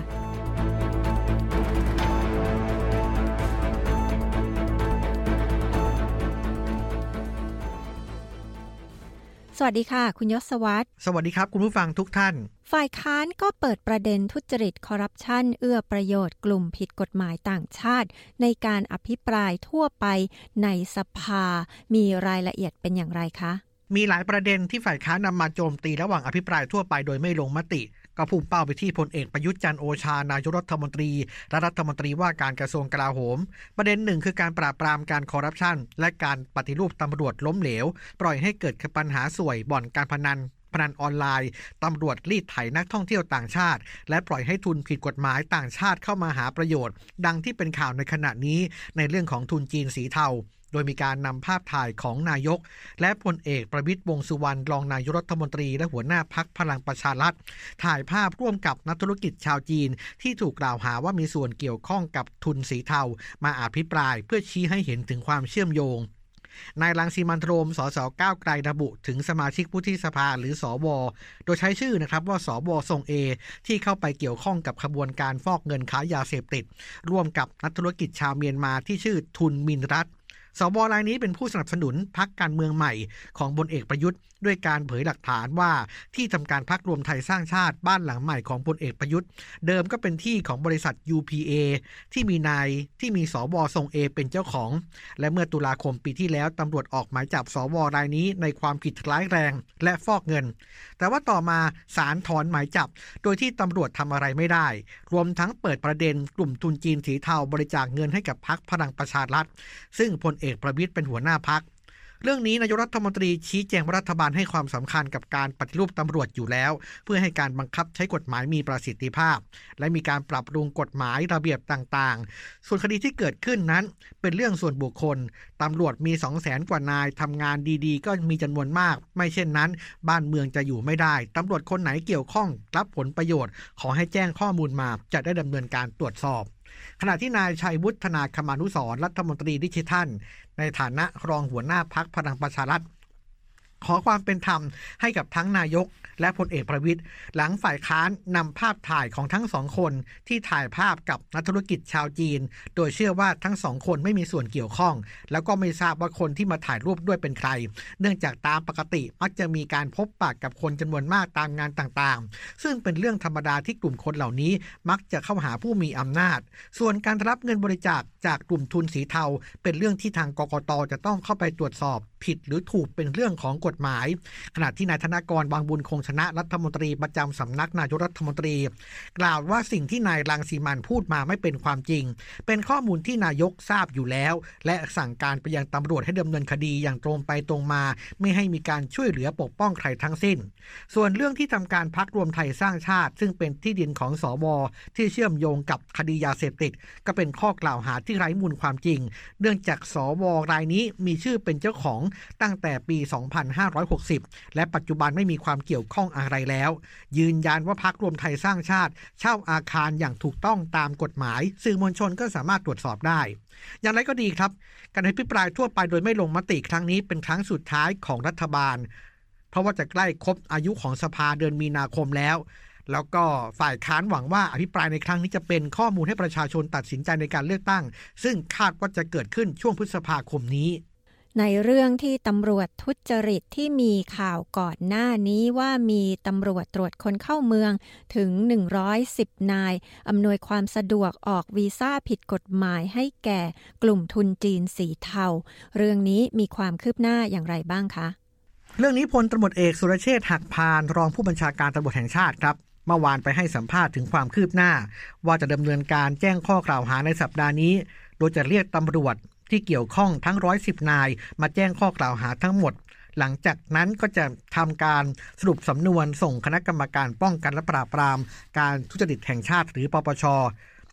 สวัสดีค่ะคุณยศวัฒน์สวัสดีครับคุณผู้ฟังทุกท่านฝ่ายค้านก็เปิดประเด็นทุจริตคอร์รัปชันเอื้อประโยชน์กลุ่มผิดกฎหมายต่างชาติในการอภิปรายทั่วไปในสภามีรายละเอียดเป็นอย่างไรคะมีหลายประเด็นที่ฝ่ายค้านนำมาโจมตีระหว่างอภิปรายทั่วไปโดยไม่ลงมติก็พุ่งเป้าไปที่พลเอกประยุทธ์จันทร์โอชานายกรัฐมนตรีและรัฐมนตรีว่าการกระทรวงกลาโหมประเด็นหนึ่งคือการปราบปรามการคอร์รัปชันและการปฏิรูปตำรวจล้มเหลวปล่อยให้เกิดปัญหาสวยบ่อนการพนันพนันออนไลน์ตำรวจรีดไถนักท่องเที่ยวต่างชาติและปล่อยให้ทุนผิดกฎหมายต่างชาติเข้ามาหาประโยชน์ดังที่เป็นข่าวในขณะนี้ในเรื่องของทุนจีนสีเทาโดยมีการนำภาพถ่ายของนายกและพลเอกประวิตรวงษ์สุวรรณรองนายกรัฐมนตรีและหัวหน้าพรรคพลังประชารัฐถ่ายภาพร่วมกับนักธุรกิจชาวจีนที่ถูกกล่าวหาว่ามีส่วนเกี่ยวข้องกับทุนสีเทามาอภิปรายเพื่อชี้ให้เห็นถึงความเชื่อมโยงนายรังสีมันต์โรมสสก้าวไกลระบุถึงสมาชิกวุฒิสภาหรือสวโดยใช้ชื่อนะครับว่าสวทรงเอที่เข้าไปเกี่ยวข้องกับขบวนการฟอกเงินค้ายาเสพติดร่วมกับนักธุรกิจชาวเมียนมาที่ชื่อทุนมินรัตสวรายนี้เป็นผู้สนับสนุนพรรคการเมืองใหม่ของพลเอกประยุทธ์ด้วยการเผยหลักฐานว่าที่ทำการพรรครวมไทยสร้างชาติบ้านหลังใหม่ของพลเอกประยุทธ์เดิมก็เป็นที่ของบริษัท ยู พี เอ ที่มีนายที่มีสวทรงเอเป็นเจ้าของและเมื่อตุลาคมปีที่แล้วตำรวจออกหมายจับสวรายนี้ในความผิดร้ายแรงและฟอกเงินแต่ว่าต่อมาศาลถอนหมายจับโดยที่ตำรวจทำอะไรไม่ได้รวมทั้งเปิดประเด็นกลุ่มทุนจีนสีเทาบริจาคเงินให้กับพรรคพลังประชารัฐซึ่งพลเอกประวิตรเป็นหัวหน้าพรรคเรื่องนี้นายกรัฐมนตรีชี้แจงว่ารัฐบาลให้ความสำคัญกับการปฏิรูปตำรวจอยู่แล้วเพื่อให้การบังคับใช้กฎหมายมีประสิทธิภาพและมีการปรับปรุงกฎหมายระเบียบต่างๆส่วนคดีที่เกิดขึ้นนั้นเป็นเรื่องส่วนบุคคลตำรวจมี สองแสน กว่านายทำงานดีๆก็มีจำนวนมากไม่เช่นนั้นบ้านเมืองจะอยู่ไม่ได้ตำรวจคนไหนเกี่ยวข้องรับผลประโยชน์ขอให้แจ้งข้อมูลมาจะได้ดำเนินการตรวจสอบขณะที่นายชัยวุฒิ ธนาคมานุสรณ์รัฐมนตรีดิจิทัลในฐานะรองหัวหน้าพรรคพลังประชารัฐขอความเป็นธรรมให้กับทั้งนายกและพลเอกประวิตรหลังฝ่ายค้านนำภาพถ่ายของทั้งสองคนที่ถ่ายภาพกับนักธุรกิจชาวจีนโดยเชื่อว่าทั้งสองคนไม่มีส่วนเกี่ยวข้องแล้วก็ไม่ทราบว่าคนที่มาถ่ายรูปด้วยเป็นใครเนื่องจากตามปกติมักจะมีการพบปะกับคนจำนวนมากตามงานต่างๆซึ่งเป็นเรื่องธรรมดาที่กลุ่มคนเหล่านี้มักจะเข้าหาผู้มีอำนาจส่วนการรับเงินบริจาคจากกลุ่มทุนสีเทาเป็นเรื่องที่ทางกกต.จะต้องเข้าไปตรวจสอบผิดหรือถูกเป็นเรื่องของกฎหมายขณะที่นายธนากร วังบุญคงชนะรัฐมนตรีประจำสำนักนายกรัฐมนตรีกล่าวว่าสิ่งที่นายรังสีมันต์พูดมาไม่เป็นความจริงเป็นข้อมูลที่นายกทราบอยู่แล้วและสั่งการไปยังตำรวจให้ดำเนินคดีอย่างตรงไปตรงมาไม่ให้มีการช่วยเหลือปกป้องใครทั้งสิ้นส่วนเรื่องที่ทำการพรรครวมไทยสร้างชาติซึ่งเป็นที่ดินของสวที่เชื่อมโยงกับคดียาเสพติดก็เป็นข้อกล่าวหาที่ไร้มูลความจริงเนื่องจากสวรายนี้มีชื่อเป็นเจ้าของตั้งแต่ปี สองพันห้าร้อยหกสิบ และปัจจุบันไม่มีความเกี่ยวข้องอะไรแล้วยืนยันว่าพรรครวมไทยสร้างชาติเช่าอาคารอย่างถูกต้องตามกฎหมายสื่อมวลชนก็สามารถตรวจสอบได้อย่างไรก็ดีครับการอภิปรายทั่วไปโดยไม่ลงมติครั้งนี้เป็นครั้งสุดท้ายของรัฐบาลเพราะว่าจะใกล้ครบอายุของสภาเดือนมีนาคมแล้วแล้วก็ฝ่ายค้านหวังว่าอภิปรายในครั้งนี้จะเป็นข้อมูลให้ประชาชนตัดสินใจในการเลือกตั้งซึ่งคาดว่าจะเกิดขึ้นช่วงพฤษภาคมนี้ในเรื่องที่ตำรวจทุจริตที่มีข่าวก่อนหน้านี้ว่ามีตำรวจตรวจคนเข้าเมืองถึงหนึ่งร้อยสิบนายอำนวยความสะดวกออกวีซ่าผิดกฎหมายให้แก่กลุ่มทุนจีนสีเทาเรื่องนี้มีความคืบหน้าอย่างไรบ้างคะเรื่องนี้พลตำรวจเอกสุรเชษฐ์หักพานรองผู้บัญชาการตำรวจแห่งชาติครับเมื่อวานไปให้สัมภาษณ์ถึงความคืบหน้าว่าจะดำเนินการแจ้งข้อกล่าวหาในสัปดาห์นี้โดยจะเรียกตำรวจที่เกี่ยวข้องทั้งหนึ่งร้อยสิบนายมาแจ้งข้อกล่าวหาทั้งหมดหลังจากนั้นก็จะทำการสรุปสำนวนส่งคณะกรรมการป้องกันและปราบปรามการทุจริตแห่งชาติหรือปปช.ค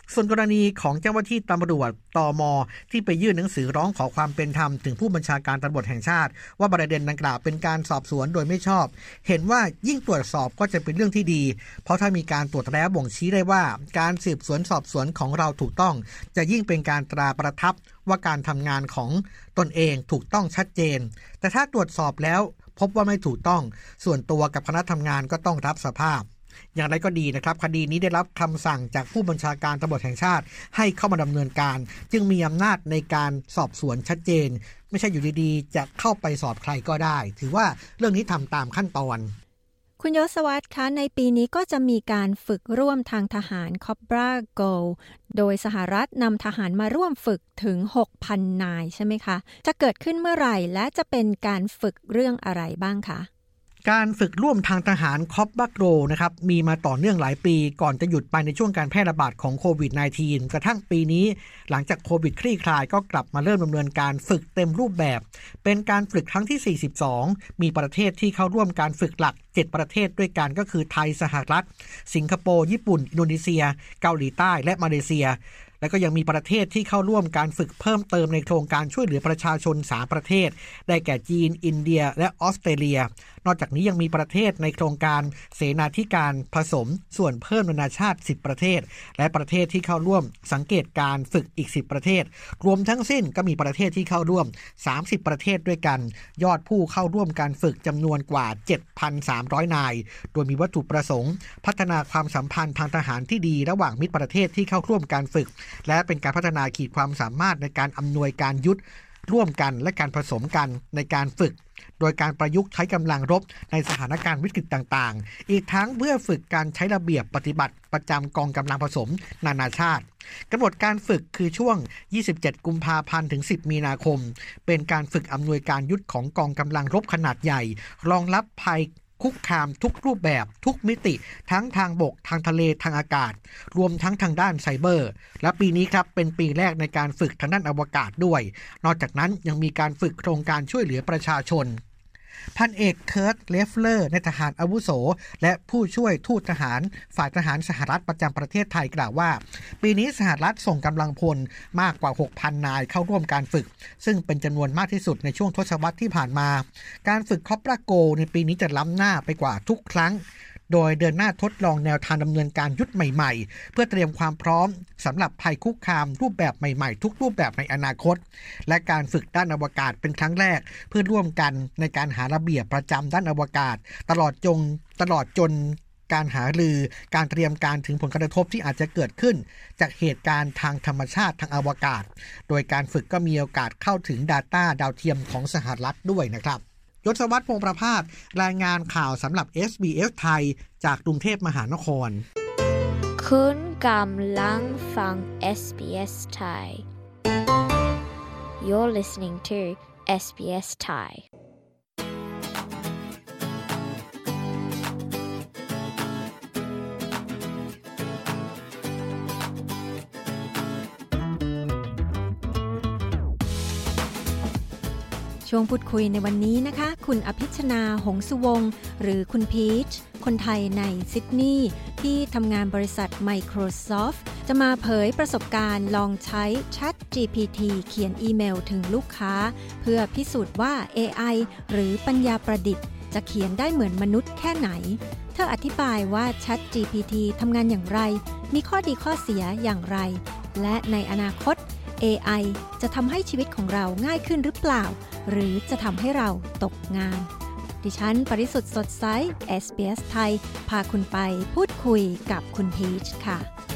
ส่วนกรณีของเจ้าหน้าที่ตำรวจตม.ที่ไปยื่นหนังสือร้องขอความเป็นธรรมถึงผู้บัญชาการตำรวจแห่งชาติว่าประเด็นดังกล่าวเป็นการสอบสวนโดยไม่ชอบเห็นว่ายิ่งตรวจสอบก็จะเป็นเรื่องที่ดีเพราะถ้ามีการตรวจแล้วบ่งชี้ได้ว่าการสืบสวนสอบสวนของเราถูกต้องจะยิ่งเป็นการตราประทับว่าการทำงานของตนเองถูกต้องชัดเจนแต่ถ้าตรวจสอบแล้วพบว่าไม่ถูกต้องส่วนตัวกับคณะทำงานก็ต้องรับสภาพอย่างไรก็ดีนะครับคดีนี้ได้รับคำสั่งจากผู้บัญชาการตำรวจแห่งชาติให้เข้ามาดำเนินการจึงมีอำนาจในการสอบสวนชัดเจนไม่ใช่อยู่ดีๆจะเข้าไปสอบใครก็ได้ถือว่าเรื่องนี้ทำตามขั้นตอนคุณยศวัฒน์คะในปีนี้ก็จะมีการฝึกร่วมทางทหาร Cobra Gold โดยสหรัฐนำทหารมาร่วมฝึกถึง หกพัน นายใช่ไหมคะจะเกิดขึ้นเมื่อไหร่และจะเป็นการฝึกเรื่องอะไรบ้างคะการฝึกร่วมทางทหารคอปบักโรนะครับมีมาต่อเนื่องหลายปีก่อนจะหยุดไปในช่วงการแพร่ระบาดของโควิด สิบเก้า กระทั่งปีนี้หลังจากโควิดคลี่คลายก็กลับมาเริ่มดำเนินการฝึกเต็มรูปแบบเป็นการฝึกครั้งที่สี่สิบสองมีประเทศที่เข้าร่วมการฝึกหลักเจ็ดประเทศด้วยกันก็คือไทยสหรัฐสิงคโปร์ญี่ปุ่นอินโดนีเซียเกาหลีใต้และมาเลเซียและก็ยังมีประเทศที่เข้าร่วมการฝึกเพิ่มเติมในโครงการช่วยเหลือประชาชนสามประเทศได้แก่จีนอินเดียและออสเตรเลียนอกจากนี้ยังมีประเทศในโครงการเสนาธิการผสมส่วนเพิ่มนานาชาติสิบประเทศและประเทศที่เข้าร่วมสังเกตการฝึกอีกสิบประเทศรวมทั้งสิ้นก็มีประเทศที่เข้าร่วมสามสิบประเทศด้วยกันยอดผู้เข้าร่วมการฝึกจำนวนกว่า เจ็ดพันสามร้อย นายโดยมีวัตถุประสงค์พัฒนาความสัมพันธ์ทางทหารที่ดีระหว่างมิตรประเทศที่เข้าร่วมการฝึกและเป็นการพัฒนาขีดความสามารถในการอำนวยการยุทธร่วมกันและการผสมกันในการฝึกโดยการประยุกต์ใช้กำลังรบในสถานการณ์วิกฤตต่างๆอีกทั้งเพื่อฝึกการใช้ระเบียบปฏิบัติประจำกองกำลังผสมนานาชาติกำหนดการฝึกคือช่วงยี่สิบเจ็ดกุมภาพันธ์ถึงสิบมีนาคมเป็นการฝึกอำนวยการยุทธของกองกำลังรบขนาดใหญ่รองรับภัยคุกคามทุกรูปแบบทุกมิติทั้งทางบกทางทะเลทางอากาศรวมทั้งทางด้านไซเบอร์และปีนี้ครับเป็นปีแรกในการฝึกทางด้านอวกาศด้วยนอกจากนั้นยังมีการฝึกโครงการช่วยเหลือประชาชนพันเอกเคิร์ตเลฟเลอร์ในทหารอาวุโสและผู้ช่วยทูตทหารฝ่ายทหารสหรัฐประจำประเทศไทยกล่าวว่าปีนี้สหรัฐส่งกำลังพลมากกว่า หกพัน นายเข้าร่วมการฝึกซึ่งเป็นจำนวนมากที่สุดในช่วงทศวรรษที่ผ่านมาการฝึกคอปราโกในปีนี้จะล้ำหน้าไปกว่าทุกครั้งโดยเดินหน้าทดลองแนวทางดำเนินการยุทธใหม่ๆเพื่อเตรียมความพร้อมสำหรับภัยคุกคามรูปแบบใหม่ๆทุกรูปแบบในอนาคตและการฝึกด้านอวกาศเป็นครั้งแรกเพื่อร่วมกันในการหาระเบียบประจำด้านอวกาศตลอดจงตลอดจนการหารือการเตรียมการถึงผลกระทบที่อาจจะเกิดขึ้นจากเหตุการณ์ทางธรรมชาติทางอวกาศโดยการฝึกก็มีโอกาสเข้าถึง Data ดาวเทียมของสหรัฐด้วยนะครับยศวัฒน์ พงษ์ประภาสรายงานข่าวสำหรับ เอส บี เอส ไทยจากกรุงเทพมหานครคุณกำลังฟัง เอส บี เอส ไทย You're listening to เอส บี เอส Thai ช่วงพูดคุยในวันนี้นะคะคุณอภิชนาหงสุวงศ์หรือคุณพีชคนไทยในซิดนีย์ที่ทำงานบริษัท Microsoft จะมาเผยประสบการณ์ลองใช้ Chat จี พี ที เขียนอีเมลถึงลูกค้าเพื่อพิสูจน์ว่า เอ ไอ หรือปัญญาประดิษฐ์จะเขียนได้เหมือนมนุษย์แค่ไหนเธออธิบายว่า Chat จี พี ที ทำงานอย่างไรมีข้อดีข้อเสียอย่างไรและในอนาคต เอ ไอ จะทำให้ชีวิตของเราง่ายขึ้นหรือเปล่าหรือจะทำให้เราตกงานดิฉันปริสุทธิ์สดใส เอส บี เอส ไทยพาคุณไปพูดคุยกับคุณพีชค่ะ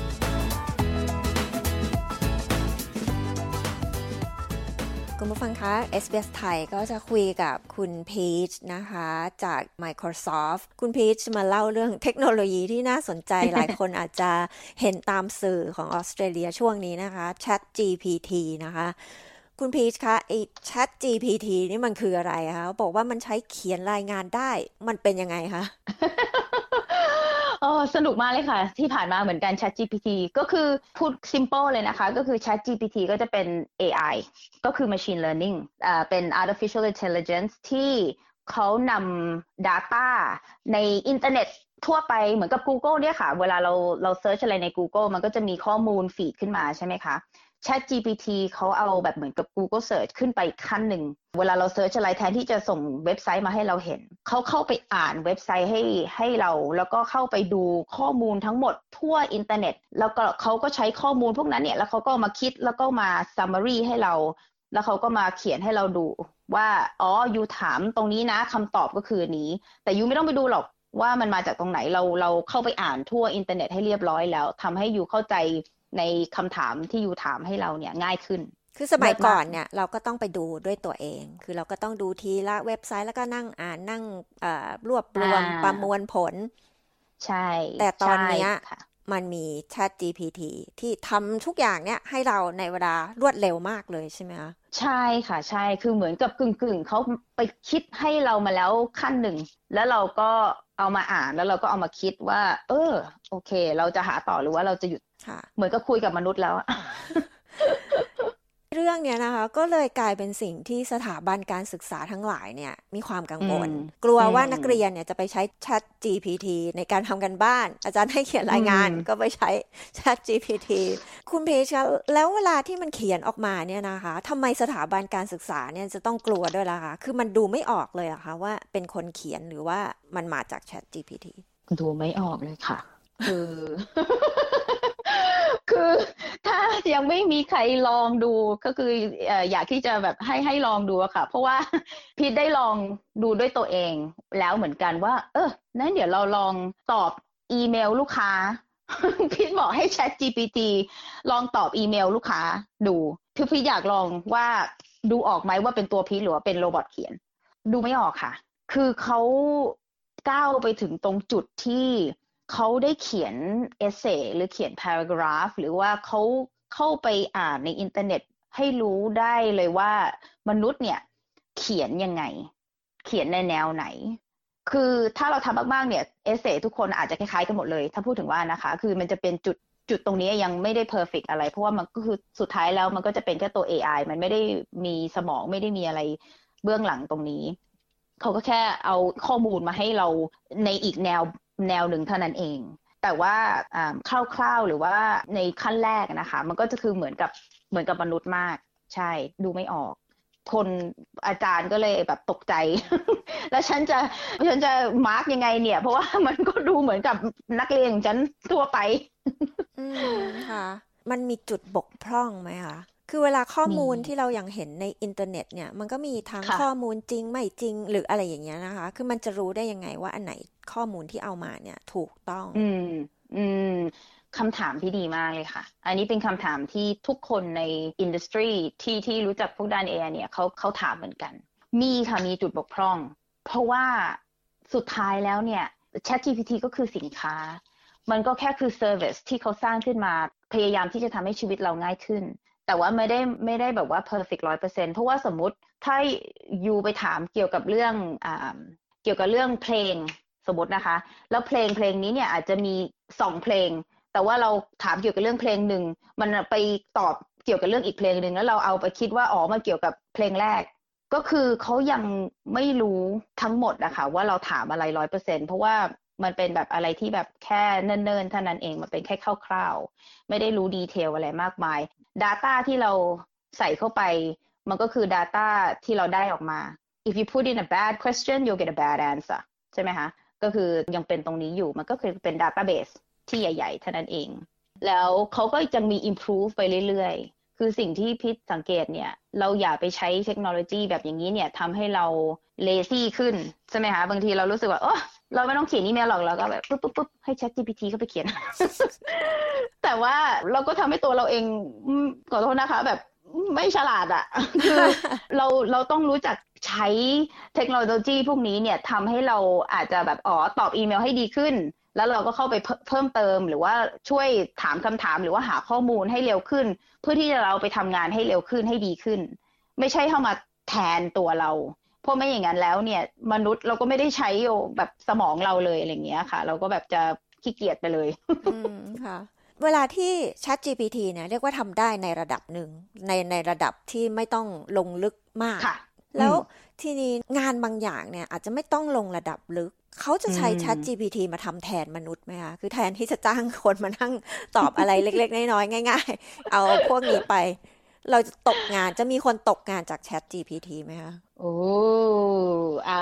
คุณผู้ฟังคะ เอส บี เอส ไทยก็จะคุยกับคุณพีชนะคะจาก Microsoft คุณพีชมาเล่าเรื่องเทคโนโลยีที่น่าสนใจ หลายคนอาจจะเห็นตามสื่อของออสเตรเลียช่วงนี้นะคะ Chat จี พี ที นะคะคุณพีชคะไอ้ Chat จี พี ที นี่มันคืออะไรคะบอกว่ามันใช้เขียนรายงานได้มันเป็นยังไงคะอ๋อสนุกมากเลยค่ะที่ผ่านมาเหมือนกัน Chat จี พี ที ก็คือพูด simple เลยนะคะก็คือ Chat จี พี ที ก็จะเป็น เอ ไอ ก็คือ machine learning อ่าเป็น artificial intelligence ที่เขานำ data ในอินเทอร์เน็ตทั่วไปเหมือนกับ Google เนี่ยค่ะเวลาเราเราเซิร์ชอะไรใน Google มันก็จะมีข้อมูลฟีดขึ้นมาใช่ไหมคะ ChatGPT เขาเอาแบบเหมือนกับ Google Search ขึ้นไปอีกขั้นหนึ่งเวลาเราเซิร์ชอะไรแทนที่จะส่งเว็บไซต์มาให้เราเห็นเขาเข้าไปอ่านเว็บไซต์ให้ให้เราแล้วก็เข้าไปดูข้อมูลทั้งหมดทั่วอินเทอร์เน็ตแล้วก็เขาก็ใช้ข้อมูลพวกนั้นเนี่ยแล้วเขาก็มาคิดแล้วก็มา summary ให้เราแล้วเขาก็มาเขียนให้เราดูว่าอ๋อยูถามตรงนี้นะคำตอบก็คือนี้แต่ยูไม่ต้องไปดูหรอกว่ามันมาจากตรงไหนเราเราเข้าไปอ่านทั่วอินเทอร์เน็ตให้เรียบร้อยแล้วทำให้ยูเข้าใจในคำถามที่ยูถามให้เราเนี่ยง่ายขึ้นคือสมัยก่อนเนี่ยเราก็ต้องไปดูด้วยตัวเองคือเราก็ต้องดูทีละเว็บไซต์แล้วก็นั่งอ่านนั่งเอ่อรวบรวมประมวลผลใช่แต่ตอนนี้มันมี ChatGPT ที่ทำทุกอย่างเนี่ยให้เราในเวลารวดเร็วมากเลยใช่ไหมคะใช่ค่ะใช่คือเหมือนกับกึ่งๆเขาไปคิดให้เรามาแล้วขั้นหนึ่งแล้วเราก็เอามาอ่านแล้วเราก็เอามาคิดว่าเออโอเคเราจะหาต่อหรือว่าเราจะหยุดเหมือนกับคุยกับมนุษย์แล้วเรื่องเนี้ยนะคะก็เลยกลายเป็นสิ่งที่สถาบันการศึกษาทั้งหลายเนี่ยมีความกังวลกลัวว่านักเรียนเนี่ยจะไปใช้ ChatGPT ในการทำกันบ้านอาจารย์ให้เขียนรายงานก็ไปใช้ ChatGPT คุณเพชรแล้วเวลาที่มันเขียนออกมาเนี่ยนะคะทำไมสถาบันการศึกษาเนี่ยจะต้องกลัวด้วยล่ะคะคือมันดูไม่ออกเลยอะคะว่าเป็นคนเขียนหรือว่ามันมาจาก ChatGPT ดูไม่ออกเลยค่ะคือ คือถ้ายังไม่มีใครลองดูก็คืออยากที่จะแบบให้ให้ลองดูอะค่ะเพราะว่าพี่ได้ลองดูด้วยตัวเองแล้วเหมือนกันว่าเออนั้นเดี๋ยวเราลองตอบอีเมลลูกค้า พี่บอกให้ ChatGPT ลองตอบอีเมลลูกค้าดูคือพี่อยากลองว่าดูออกไหมว่าเป็นตัวพี่หรือว่าเป็นโรบอทเขียนดูไม่ออกค่ะคือเขาก้าวไปถึงตรงจุดที่เขาได้เขียนเอเซ่หรือเขียน paragraph หรือว่าเขาเข้าไปอ่านในอินเทอร์เน็ตให้รู้ได้เลยว่ามนุษย์เนี่ยเขียนยังไงเขียนในแนวไหนคือถ้าเราทำมากๆเนี่ยเอเซ่ทุกคนอาจจะคล้ายๆกันหมดเลยถ้าพูดถึงว่านะคะคือมันจะเป็นจุดจุดตรงนี้ยังไม่ได้ perfect อะไรเพราะว่ามันก็คือสุดท้ายแล้วมันก็จะเป็นแค่ตัว เอ ไอ มันไม่ได้มีสมองไม่ได้มีอะไรเบื้องหลังตรงนี้เขาก็แค่เอาข้อมูลมาให้เราในอีกแนวแนวหนึ่งเท่านั้นเองแต่ว่าคร่าวๆหรือว่าในขั้นแรกนะคะมันก็จะคือเหมือนกับเหมือนกับมนุษย์มากใช่ดูไม่ออกคนอาจารย์ก็เลยแบบตกใจ แล้วฉันจะฉันจะมาร์กยังไงเนี่ยเพราะว่ามันก็ดูเหมือนกับนักเรียนของฉันทั่วไปอืมค่ะมันมีจุดบกพร่องไหมคะคือเวลาข้อมูลที่เราอย่างเห็นในอินเทอร์เน็ตเนี่ยมันก็มีทั้งข้อมูลจริงไม่จริงหรืออะไรอย่างเงี้ยนะคะคือมันจะรู้ได้ยังไงว่าอันไหนข้อมูลที่เอามาเนี่ยถูกต้องอืมอืมคำถามที่ดีมากเลยค่ะอันนี้เป็นคำถามที่ทุกคนในอินดัสทรีที่ที่รู้จักพวกด้าน เอ ไอ เนี่ยเขาเขาถามเหมือนกันมีค่ะมีจุดบกพร่องเพราะว่าสุดท้ายแล้วเนี่ย ChatGPT ก็คือสินค้ามันก็แค่คือ service ที่เขาสร้างขึ้นมาพยายามที่จะทำให้ชีวิตเราง่ายขึ้นแต่ว่าไม่ได้ไม่ได้แบบว่า perfect ร้อยเปอร์เซ็นต์ เพราะว่าสมมุติถ้ายูไปถามเกี่ยวกับเรื่องอ่าเกี่ยวกับเรื่องเพลงสมมตินะคะแล้วเพลงเพลงนี้เนี่ยอาจจะมีสองเพลงแต่ว่าเราถามเกี่ยวกับเรื่องเพลงหนึ่งมันไปตอบเกี่ยวกับเรื่องอีกเพลงหนึ่งแล้วเราเอาไปคิดว่าอ๋อมันเกี่ยวกับเพลงแรกก็คือเขายังไม่รู้ทั้งหมดนะคะว่าเราถามอะไร ร้อยเปอร์เซ็นต์ เพราะว่ามันเป็นแบบอะไรที่แบบแค่เนิ่นๆเท่านั้นเองมันเป็นแค่คร่าวๆไม่ได้รู้ดีเทลอะไรมากมาย data ที่เราใส่เข้าไปมันก็คือ data ที่เราได้ออกมา if you put in a bad question you'll get a bad answer ใช่ไหมคะก็คือยังเป็นตรงนี้อยู่มันก็คือเป็น database ที่ใหญ่ๆเท่านั้นเองแล้วเขาก็จะมี improve ไปเรื่อยๆคือสิ่งที่พิษสังเกตเนี่ยเราอย่าไปใช้เทคโนโลยีแบบอย่างนี้เนี่ยทำให้เรา lazy ขึ้นใช่ไหมคะบางทีเรารู้สึกว่าโอ้เราไม่ต้องเขียนอีเมลหรอกเราก็แบบปุ๊บปุ๊บปุ๊บให้ ChatGPT เข้าไปเขียน แต่ว่าเราก็ทำให้ตัวเราเองขอโทษนะคะแบบไม่ฉลาดอ่ะ คือเราเราต้องรู้จักใช้เทคโนโลยีพวกนี้เนี่ยทำให้เราอาจจะแบบอ๋อตอบอีเมลให้ดีขึ้นแล้วเราก็เข้าไปเพิ่มเติมหรือว่าช่วยถามคำถามหรือว่าหาข้อมูลให้เร็วขึ้นเพื่อที่จะเราไปทำงานให้เร็วขึ้นให้ดีขึ้นไม่ใช่เข้ามาแทนตัวเราเพราะไม่อย่างนั้นแล้วเนี่ยมนุษย์เราก็ไม่ได้ใช้แบบสมองเราเลยอะไรอย่างเงี้ยค่ะเราก็แบบจะขี้เกียจไปเลยอืมค่ะเวลาที่ ChatGPT เนี่ยเรียกว่าทำได้ในระดับหนึ่งในในระดับที่ไม่ต้องลงลึกมากแล้วทีนี้งานบางอย่างเนี่ยอาจจะไม่ต้องลงระดับลึกเขาจะใช้ ChatGPT มาทำแทนมนุษย์ไหมคะคือแทนที่จะจ้างคนมานั่งตอบอะไรเล็กๆน้อยๆง่ายๆเอาพวกนี้ไปเราจะตกงานจะมีคนตกงานจาก ChatGPT ไหมคะโอ้อ่า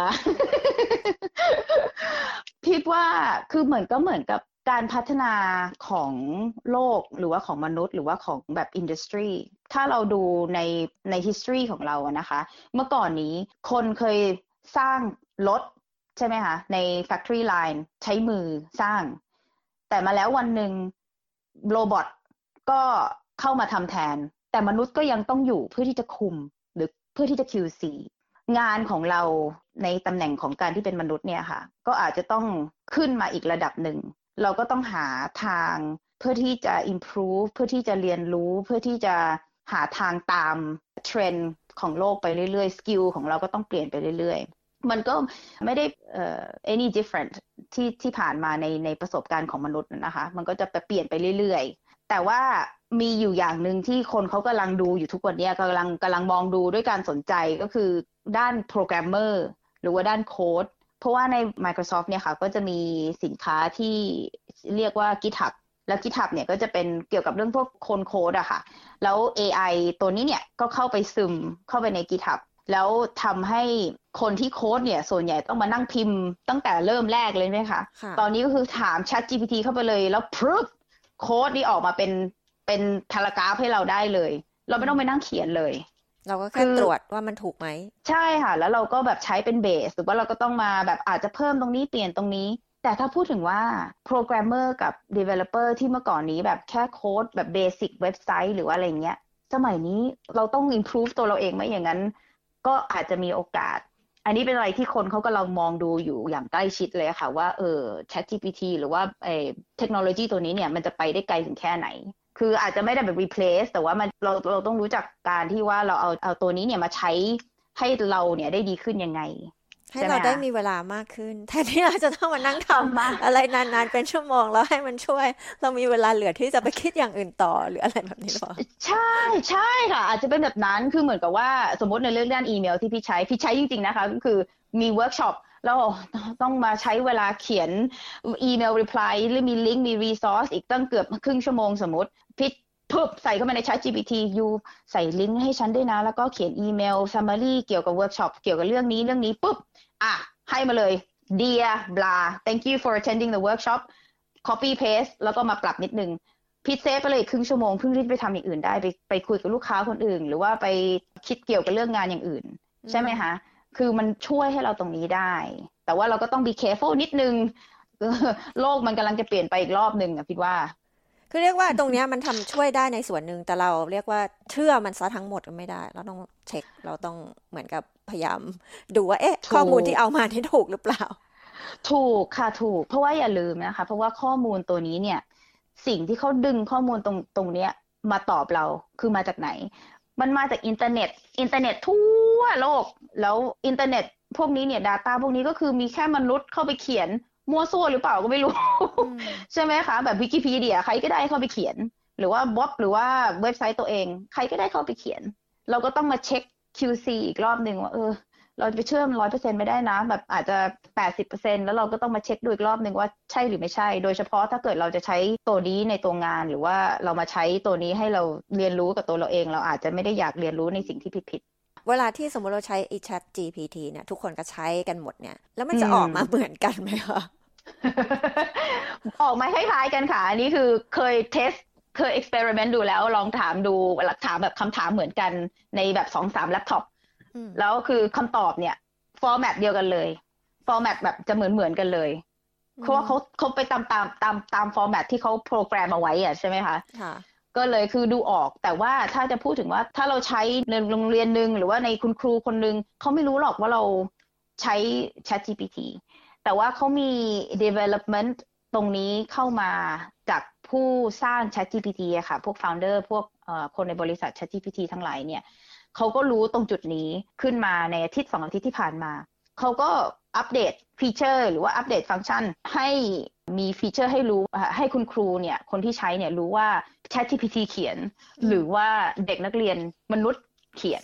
คิดว่าคือเหมือนก็เหมือนกับการพัฒนาของโลกหรือว่าของมนุษย์หรือว่าของแบบอินดัสทรีถ้าเราดูในใน history ของเราอะนะคะเมื่อก่อนนี้คนเคยสร้างรถใช่ไหมคะใน factory line ใช้มือสร้างแต่มาแล้ววันหนึ่งโรบอทก็เข้ามาทำแทนแต่มนุษย์ก็ยังต้องอยู่เพื่อที่จะคุมหรือเพื่อที่จะ คิว ซี งานของเราในตำแหน่งของการที่เป็นมนุษย์เนี่ยค่ะก็อาจจะต้องขึ้นมาอีกระดับหนึ่งเราก็ต้องหาทางเพื่อที่จะ improve เพื่อที่จะเรียนรู้เพื่อที่จะหาทางตามเทรนด์ของโลกไปเรื่อยๆสกิลของเราก็ต้องเปลี่ยนไปเรื่อยๆมันก็ไม่ได้เอ่อ any different ที่ที่ผ่านมาในในประสบการณ์ของมนุษย์นะคะมันก็จะเปลี่ยนไปเรื่อยๆแต่ว่ามีอยู่อย่างหนึ่งที่คนเขากำลังดูอยู่ทุกวันนี้กำลังกำลังมองดูด้วยการสนใจก็คือด้านโปรแกรมเมอร์หรือว่าด้านโค้ดเพราะว่าใน Microsoft เนี่ยค่ะก็จะมีสินค้าที่เรียกว่า GitHub แล้ว GitHub เนี่ยก็จะเป็นเกี่ยวกับเรื่องพวกคนโค้ดอะค่ะแล้ว เอ ไอ ตัวนี้เนี่ยก็เข้าไปซึมเข้าไปใน GitHub แล้วทำให้คนที่โค้ดเนี่ยส่วนใหญ่ต้องมานั่งพิมพ์ตั้งแต่เริ่มแรกเลยไหมคะตอนนี้ก็คือถาม ChatGPT เข้าไปเลยแล้วพรึบโค้ดนี่ออกมาเป็นเป็นพารากราฟให้เราได้เลยเราไม่ต้องไปนั่งเขียนเลยเราก็แค่ตรวจว่ามันถูกไหมใช่ค่ะแล้วเราก็แบบใช้เป็นเบสหรือว่าเราก็ต้องมาแบบอาจจะเพิ่มตรงนี้เปลี่ยนตรงนี้แต่ถ้าพูดถึงว่าโปรแกรมเมอร์กับ developer ที่เมื่อก่อนนี้แบบแค่โค้ดแบบเบสิกเว็บไซต์หรือว่าอะไรเงี้ยสมัยนี้เราต้อง improve ตัวเราเองไหมอย่างนั้นก็อาจจะมีโอกาสอันนี้เป็นอะไรที่คนเขากำลังมองดูอยู่อย่างใกล้ชิดเลยค่ะว่าเออ ChatGPT หรือว่าเอ่อเทคโนโลยีตัวนี้เนี่ยมันจะไปได้ไกลถึงแค่ไหนคืออาจจะไม่ได้แบบ replace แต่ว่ามันเราเราต้องรู้จักการที่ว่าเราเอาเอาตัวนี้เนี่ยมาใช้ให้เราเนี่ยได้ดีขึ้นยังไงให้เราได้มีเวลามากขึ้นแทนที่เราจะต้องมานั่งทำอะไรนานๆเป็นชั่วโมงแล้วให้มันช่วยเรามีเวลาเหลือที่จะไปคิดอย่างอื่นต่อหรืออะไรแบบนี้หรอใช่ใช่ค่ะอาจจะเป็นแบบนั้นคือเหมือนกับว่าสมมติในเรื่องด้านอีเมลที่พี่ใช้พี่ใช้จริงๆนะคะก็คือมีเวิร์กช็อปแล้วต้องมาใช้เวลาเขียนอีเมล reply หรือมีลิงก์มี resource อีกตั้งเกือบครึ่งชั่วโมงสมมติพี่ปุ๊บใส่เข้ามาใน ChatGPT ยูใส่ลิงก์ให้ฉันด้วยนะแล้วก็เขียนอีเมล summary เกี่ยวกับเวิร์กช็อปเกี่ยวกับเรื่องนี้เรื่องนี้ปุ๊บอ่ะให้มาเลย Dear blah thank you for attending the workshop copy paste แล้วก็มาปรับนิดนึงพิเศษไปเลยครึ่งชั่วโมงเพิ่งรีบไปทำอย่างอื่นได้ไปไปคุยกับลูกค้าคนอื่นหรือว่าไปคิดเกี่ยวกับเรื่องงานอย่างอื่นใช่ไหมคะคือมันช่วยให้เราตรงนี้ได้แต่ว่าเราก็ต้อง be careful นิดนึงโลกมันกำลังจะเปลี่ยนไปอีกรอบนึงอ่ะพี่ว่าคือเรียกว่าตรงนี้มันทำช่วยได้ในส่วนหนึ่งแต่เราเรียกว่าเชื่อมันซะทั้งหมดก็ไม่ได้เราต้องเช็คเราต้องเหมือนกับพยายามดูว่าเอ๊ะข้อมูลที่เอามาที่ถูกหรือเปล่าถูกค่ะถูกเพราะว่าอย่าลืมนะคะเพราะว่าข้อมูลตัวนี้เนี่ยสิ่งที่เขาดึงข้อมูลตรงตรงเนี้ยมาตอบเราคือมาจากไหนมันมาจากอินเทอร์เน็ตอินเทอร์เน็ตทั่วโลกแล้วอินเทอร์เน็ตพวกนี้เนี่ย data พวกนี้ก็คือมีแค่มนุษย์เข้าไปเขียนมั่วซั่วหรือเปล่าก็ไม่รู้ ใช่ไหมคะแบบวิกิพีเดียใครก็ได้เข้าไปเขียนหรือว่าบล็อกหรือว่าเว็บไซต์ตัวเองใครก็ได้เข้าไปเขียนเราก็ต้องมาเช็ค คิว ซี อีกรอบนึงว่าเออเราจะไปเชื่อม ร้อยเปอร์เซ็นต์ ไม่ได้นะแบบอาจจะ แปดสิบเปอร์เซ็นต์ แล้วเราก็ต้องมาเช็คดูอีกรอบนึงว่าใช่หรือไม่ใช่โดยเฉพาะถ้าเกิดเราจะใช้ตัวนี้ในตัวงานหรือว่าเรามาใช้ตัวนี้ให้เราเรียนรู้กับตัวเราเองเราอาจจะไม่ได้อยากเรียนรู้ในสิ่งที่ผิดๆเวลาที่สมมติเราใช้ ChatGPT เนี่ยทุกคนก็ใช้กันหมดเนี่ยแล้วมันจะออกมาเหมือนกันไหมคะออกมาคล้ายๆกันค่ะอันนี้คือเคยเทสเคยเอ็กซ์เพริเมนต์ดูแล้วลองถามดูหลักถามแบบคำถามเหมือนกันในแบบ สองสาม แล็ปท็อปแล้วคือคำตอบเนี่ยฟอร์แมตเดียวกันเลยฟอร์แมตแบบจะเหมือนเหมือนกันเลยเพราะว่าเขาเขาไปตามตามตามตามฟอร์แมตที่เขาโปรแกรมเอาไว้อะใช่ไหมคะก็เลยคือดูออกแต่ว่าถ้าจะพูดถึงว่าถ้าเราใช้ในโรงเรียนนึงหรือว่าในคุณครูคนนึงเขาไม่รู้หรอกว่าเราใช้ ChatGPTแต่ว่าเขามี development ตรงนี้เข้ามาจากผู้สร้าง ChatGPT อะค่ะพวก founder พวกคนในบริษัท ChatGPT ทั้งหลายเนี่ยเขาก็รู้ตรงจุดนี้ขึ้นมาในอาทิตย์สองอาทิตย์ที่ผ่านมาเขาก็อัปเดตฟีเจอร์หรือว่าอัปเดตฟังก์ชันให้มีฟีเจอร์ให้รู้ให้คุณครูเนี่ยคนที่ใช้เนี่ยรู้ว่า ChatGPT เขียนหรือว่าเด็กนักเรียนมนุษย์เขียน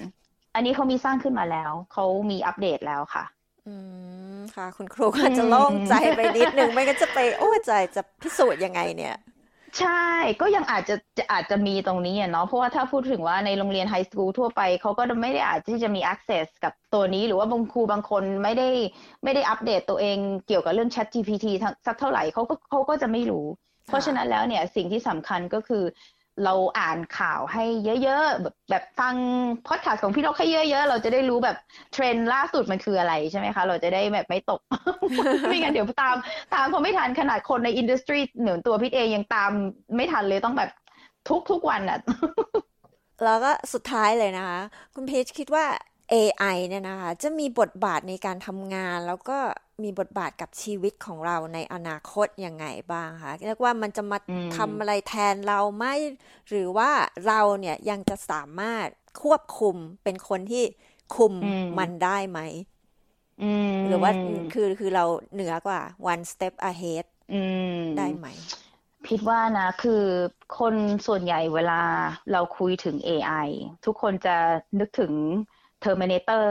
อันนี้เขามีสร้างขึ้นมาแล้วเขามีอัปเดตแล้วค่ะอืมค่ะคุณครูก็จะโล่งใจไปนิดนึงไม่งั้นจะไปโอ้ใจจะพิสูจน์ยังไงเนี่ยใช่ก็ยังอาจจะอาจจะมีตรงนี้อ่ะเนาะเพราะว่าถ้าพูดถึงว่าในโรงเรียนไฮสคูลทั่วไปเขาก็ไม่ได้อาจที่จะมี access กับตัวนี้หรือว่าบางครูบางคนไม่ได้ไม่ได้อัปเดตตัวเองเกี่ยวกับเรื่อง Chat จี พี ที สักเท่าไหร่เขาก็เขาก็จะไม่รู้เพราะฉะนั้นแล้วเนี่ยสิ่งที่สำคัญก็คือเราอ่านข่าวให้เยอะๆแบบแบบฟังพอดคาสต์ของพี่นกให้เยอะๆเราจะได้รู้แบบเทรนด์ล่าสุดมันคืออะไรใช่ไหมคะเราจะได้แบบไม่ตก ไม่งั้นเดี๋ยวตามตามเขาไม่ทันขนาดคนในอินดัสทรีเหนือตัวพี่เองยังตามไม่ทันเลยต้องแบบทุกทุกวันอ่ะแล้วก็สุดท้ายเลยนะคะคุณพีชคิดว่า เอ ไอ เนี่ยนะคะจะมีบทบาทในการทำงานแล้วก็มีบทบาทกับชีวิตของเราในอนาคตยังไงบ้างคะเรียกว่ามันจะมาทำอะไรแทนเราไหมหรือว่าเราเนี่ยยังจะสามารถควบคุมเป็นคนที่คุมมันได้ไหมหรือว่าคือคือเราเหนือกว่า one step ahead ได้ไหมคิดว่านะคือคนส่วนใหญ่เวลาเราคุยถึง เอ ไอ ทุกคนจะนึกถึง Terminator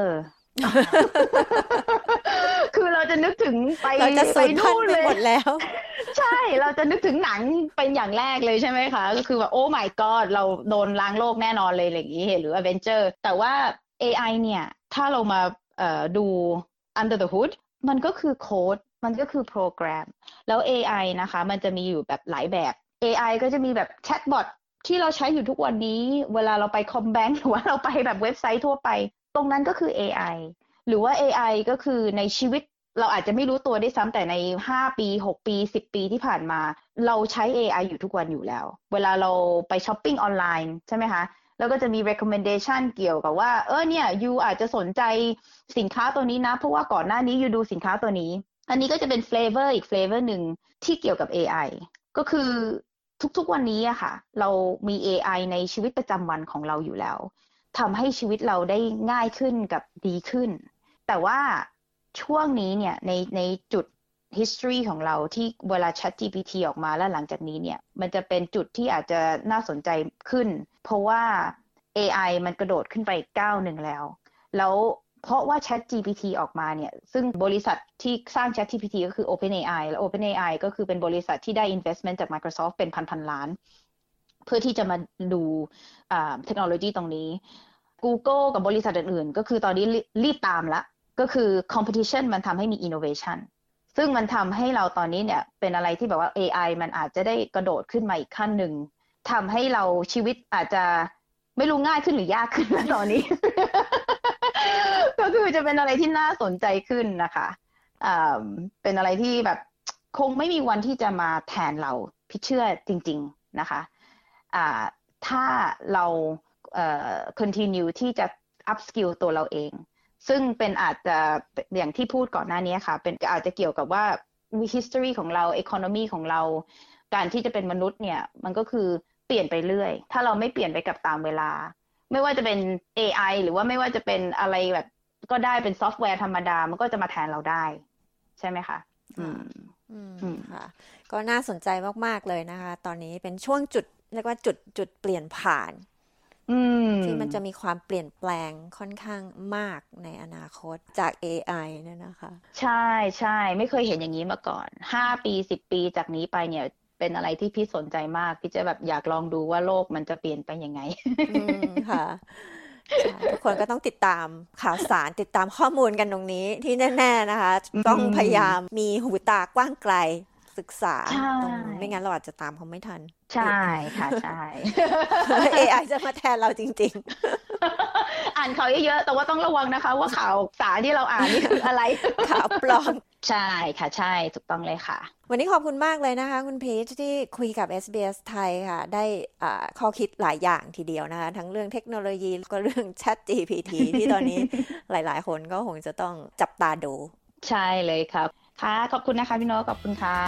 คือเราจะนึกถึงไปเราจะสูญพันธุ์ไปหมดแล้วใช่เราจะนึกถึงหนังเป็นอย่างแรกเลยใช่ไหมคะก็คือว่าโอ้ my god เราโดนล้างโลกแน่นอนเลยอะไรอย่างนี้หรือ Avenger แต่ว่า เอ ไอ เนี่ยถ้าเรามาเอ่อดู under the hood มันก็คือโค้ดมันก็คือโปรแกรมแล้ว เอ ไอ นะคะมันจะมีอยู่แบบหลายแบบ เอ ไอ ก็จะมีแบบแชทบอทที่เราใช้อยู่ทุกวันนี้เวลาเราไปคอมแบงก์หรือว่าเราไปแบบเว็บไซต์ทั่วไปตรงนั้นก็คือ เอ ไอ หรือว่า เอ ไอ ก็คือในชีวิตเราอาจจะไม่รู้ตัวได้ซ้ำแต่ในห้าปีหกปีสิบปีที่ผ่านมาเราใช้ เอ ไอ อยู่ทุกวันอยู่แล้วเวลาเราไปช้อปปิ้งออนไลน์ใช่ไหมคะแล้วก็จะมี recommendation เกี่ยวกับว่าเออเนี่ยยูอาจจะสนใจสินค้าตัวนี้นะเพราะว่าก่อนหน้านี้ยูดูสินค้าตัวนี้อันนี้ก็จะเป็น flavor อีก flavor หนึ่งที่เกี่ยวกับ เอ ไอ ก็คือทุกๆวันนี้อะค่ะเรามี เอ ไอ ในชีวิตประจำวันของเราอยู่แล้วทำให้ชีวิตเราได้ง่ายขึ้นกับดีขึ้นแต่ว่าช่วงนี้เนี่ยในในจุด history ของเราที่เวลา Chat จี พี ที ออกมาแล้วหลังจากนี้เนี่ยมันจะเป็นจุดที่อาจจะน่าสนใจขึ้นเพราะว่า เอ ไอ มันกระโดดขึ้นไปก้าวหนึ่งแล้วแล้วเพราะว่า Chat จี พี ที ออกมาเนี่ยซึ่งบริษัทที่สร้าง Chat จี พี ที ก็คือ OpenAI และ OpenAI ก็คือเป็นบริษัทที่ได้ investment จาก Microsoft เป็นพันๆล้านเพื่อที่จะมาดูเทคโนโลยีตรงนี้ Google กับบริษัทอื่นๆก็คือตอนนี้รีบตามละก็คือ competition มันทำให้มี innovation ซึ่งมันทำให้เราตอนนี้เนี่ยเป็นอะไรที่แบบว่า เอ ไอ มันอาจจะได้กระโดดขึ้นมาอีกขั้นหนึ่งทำให้เราชีวิตอาจจะไม่รู้ง่ายขึ้นหรือยากขึ้นนะตอนนี้ ก็คือจะเป็นอะไรที่น่าสนใจขึ้นนะคะเป็นอะไรที่แบบคงไม่มีวันที่จะมาแทนเราพี่เชื่อจริงๆนะคะถ้าเราเอ่อ continue ที่จะ up skill ตัวเราเองซึ่งเป็นอาจจะอย่างที่พูดก่อนหน้านี้ค่ะเป็นอาจจะเกี่ยวกับว่า history ของเรา economy ของเราการที่จะเป็นมนุษย์เนี่ยมันก็คือเปลี่ยนไปเรื่อยถ้าเราไม่เปลี่ยนไปกับตามเวลาไม่ว่าจะเป็น เอ ไอ หรือว่าไม่ว่าจะเป็นอะไรแบบก็ได้เป็นซอฟต์แวร์ธรรมดามันก็จะมาแทนเราได้ใช่ไหมคะอืมอืมค่ะก็น่าสนใจมากๆเลยนะคะตอนนี้เป็นช่วงจุดเรียกว่าจุดจุดเปลี่ยนผ่านที่มันจะมีความเปลี่ยนแปลงค่อนข้างมากในอนาคตจาก เอ ไอ เนี่ยนะคะใช่ใช่ไม่เคยเห็นอย่างนี้มาก่อนห้าปีสิบปีจากนี้ไปเนี่ยเป็นอะไรที่พี่สนใจมากพี่จะแบบอยากลองดูว่าโลกมันจะเปลี่ยนไปยังไงค่ะทุกคนก็ต้องติดตามข่าวสารติดตามข้อมูลกันตรงนี้ที่แน่ๆนะคะต้องพยายามมีหูตากว้างไกลศึกษาตรงนี้ไม่งั้นเราอาจจะตามเขาไม่ทันใช่ค่ะใช่เอ ไอ จะมาแทนเราจริงๆอ่านข่าวเยอะๆแต่ว่าต้องระวังนะคะว่าข่าวสารที่เราอ่านนี่คืออะไรข่าวปลอมใช่ค่ะใช่ถูกต้องเลยค่ะวันนี้ขอบคุณมากเลยนะคะคุณพีชที่คุยกับ เอส บี เอส ไทยค่ะได้ข้อคิดหลายอย่างทีเดียวนะคะทั้งเรื่องเทคโนโลยีแล้วก็เรื่อง Chat จี พี ที ที่ตอนนี้หลายๆคนก็คงจะต้องจับตาดูใช่เลยครับค่ะขอบคุณนะคะพี่โน้ตขอบคุณค่ะ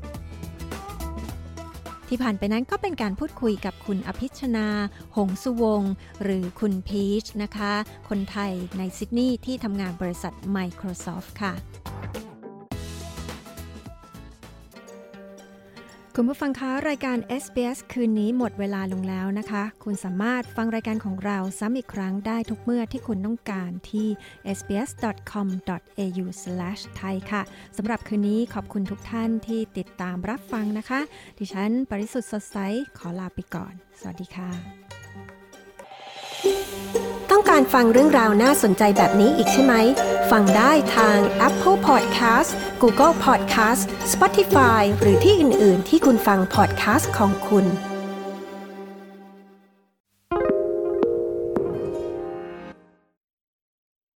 ที่ผ่านไปนั้นก็เป็นการพูดคุยกับคุณอภิชนาหงสุวงศ์หรือคุณพีชนะคะคนไทยในซิดนีย์ที่ทำงานบริษัท Microsoft ค่ะคุณผู้ฟังคะรายการ เอส บี เอส คืนนี้หมดเวลาลงแล้วนะคะคุณสามารถฟังรายการของเราซ้ำอีกครั้งได้ทุกเมื่อที่คุณต้องการที่ เอส บี เอส ดอท คอม ดอท เอ ยู สแลช ไทย ค่ะสำหรับคืนนี้ขอบคุณทุกท่านที่ติดตามรับฟังนะคะดิฉันปริสุทธิ์สดใสขอลาไปก่อนสวัสดีค่ะต้องการฟังเรื่องราวน่าสนใจแบบนี้อีกใช่ไหมฟังได้ทาง Apple Podcast Google Podcast Spotify หรือที่อื่นๆที่คุณฟัง podcast ของคุณ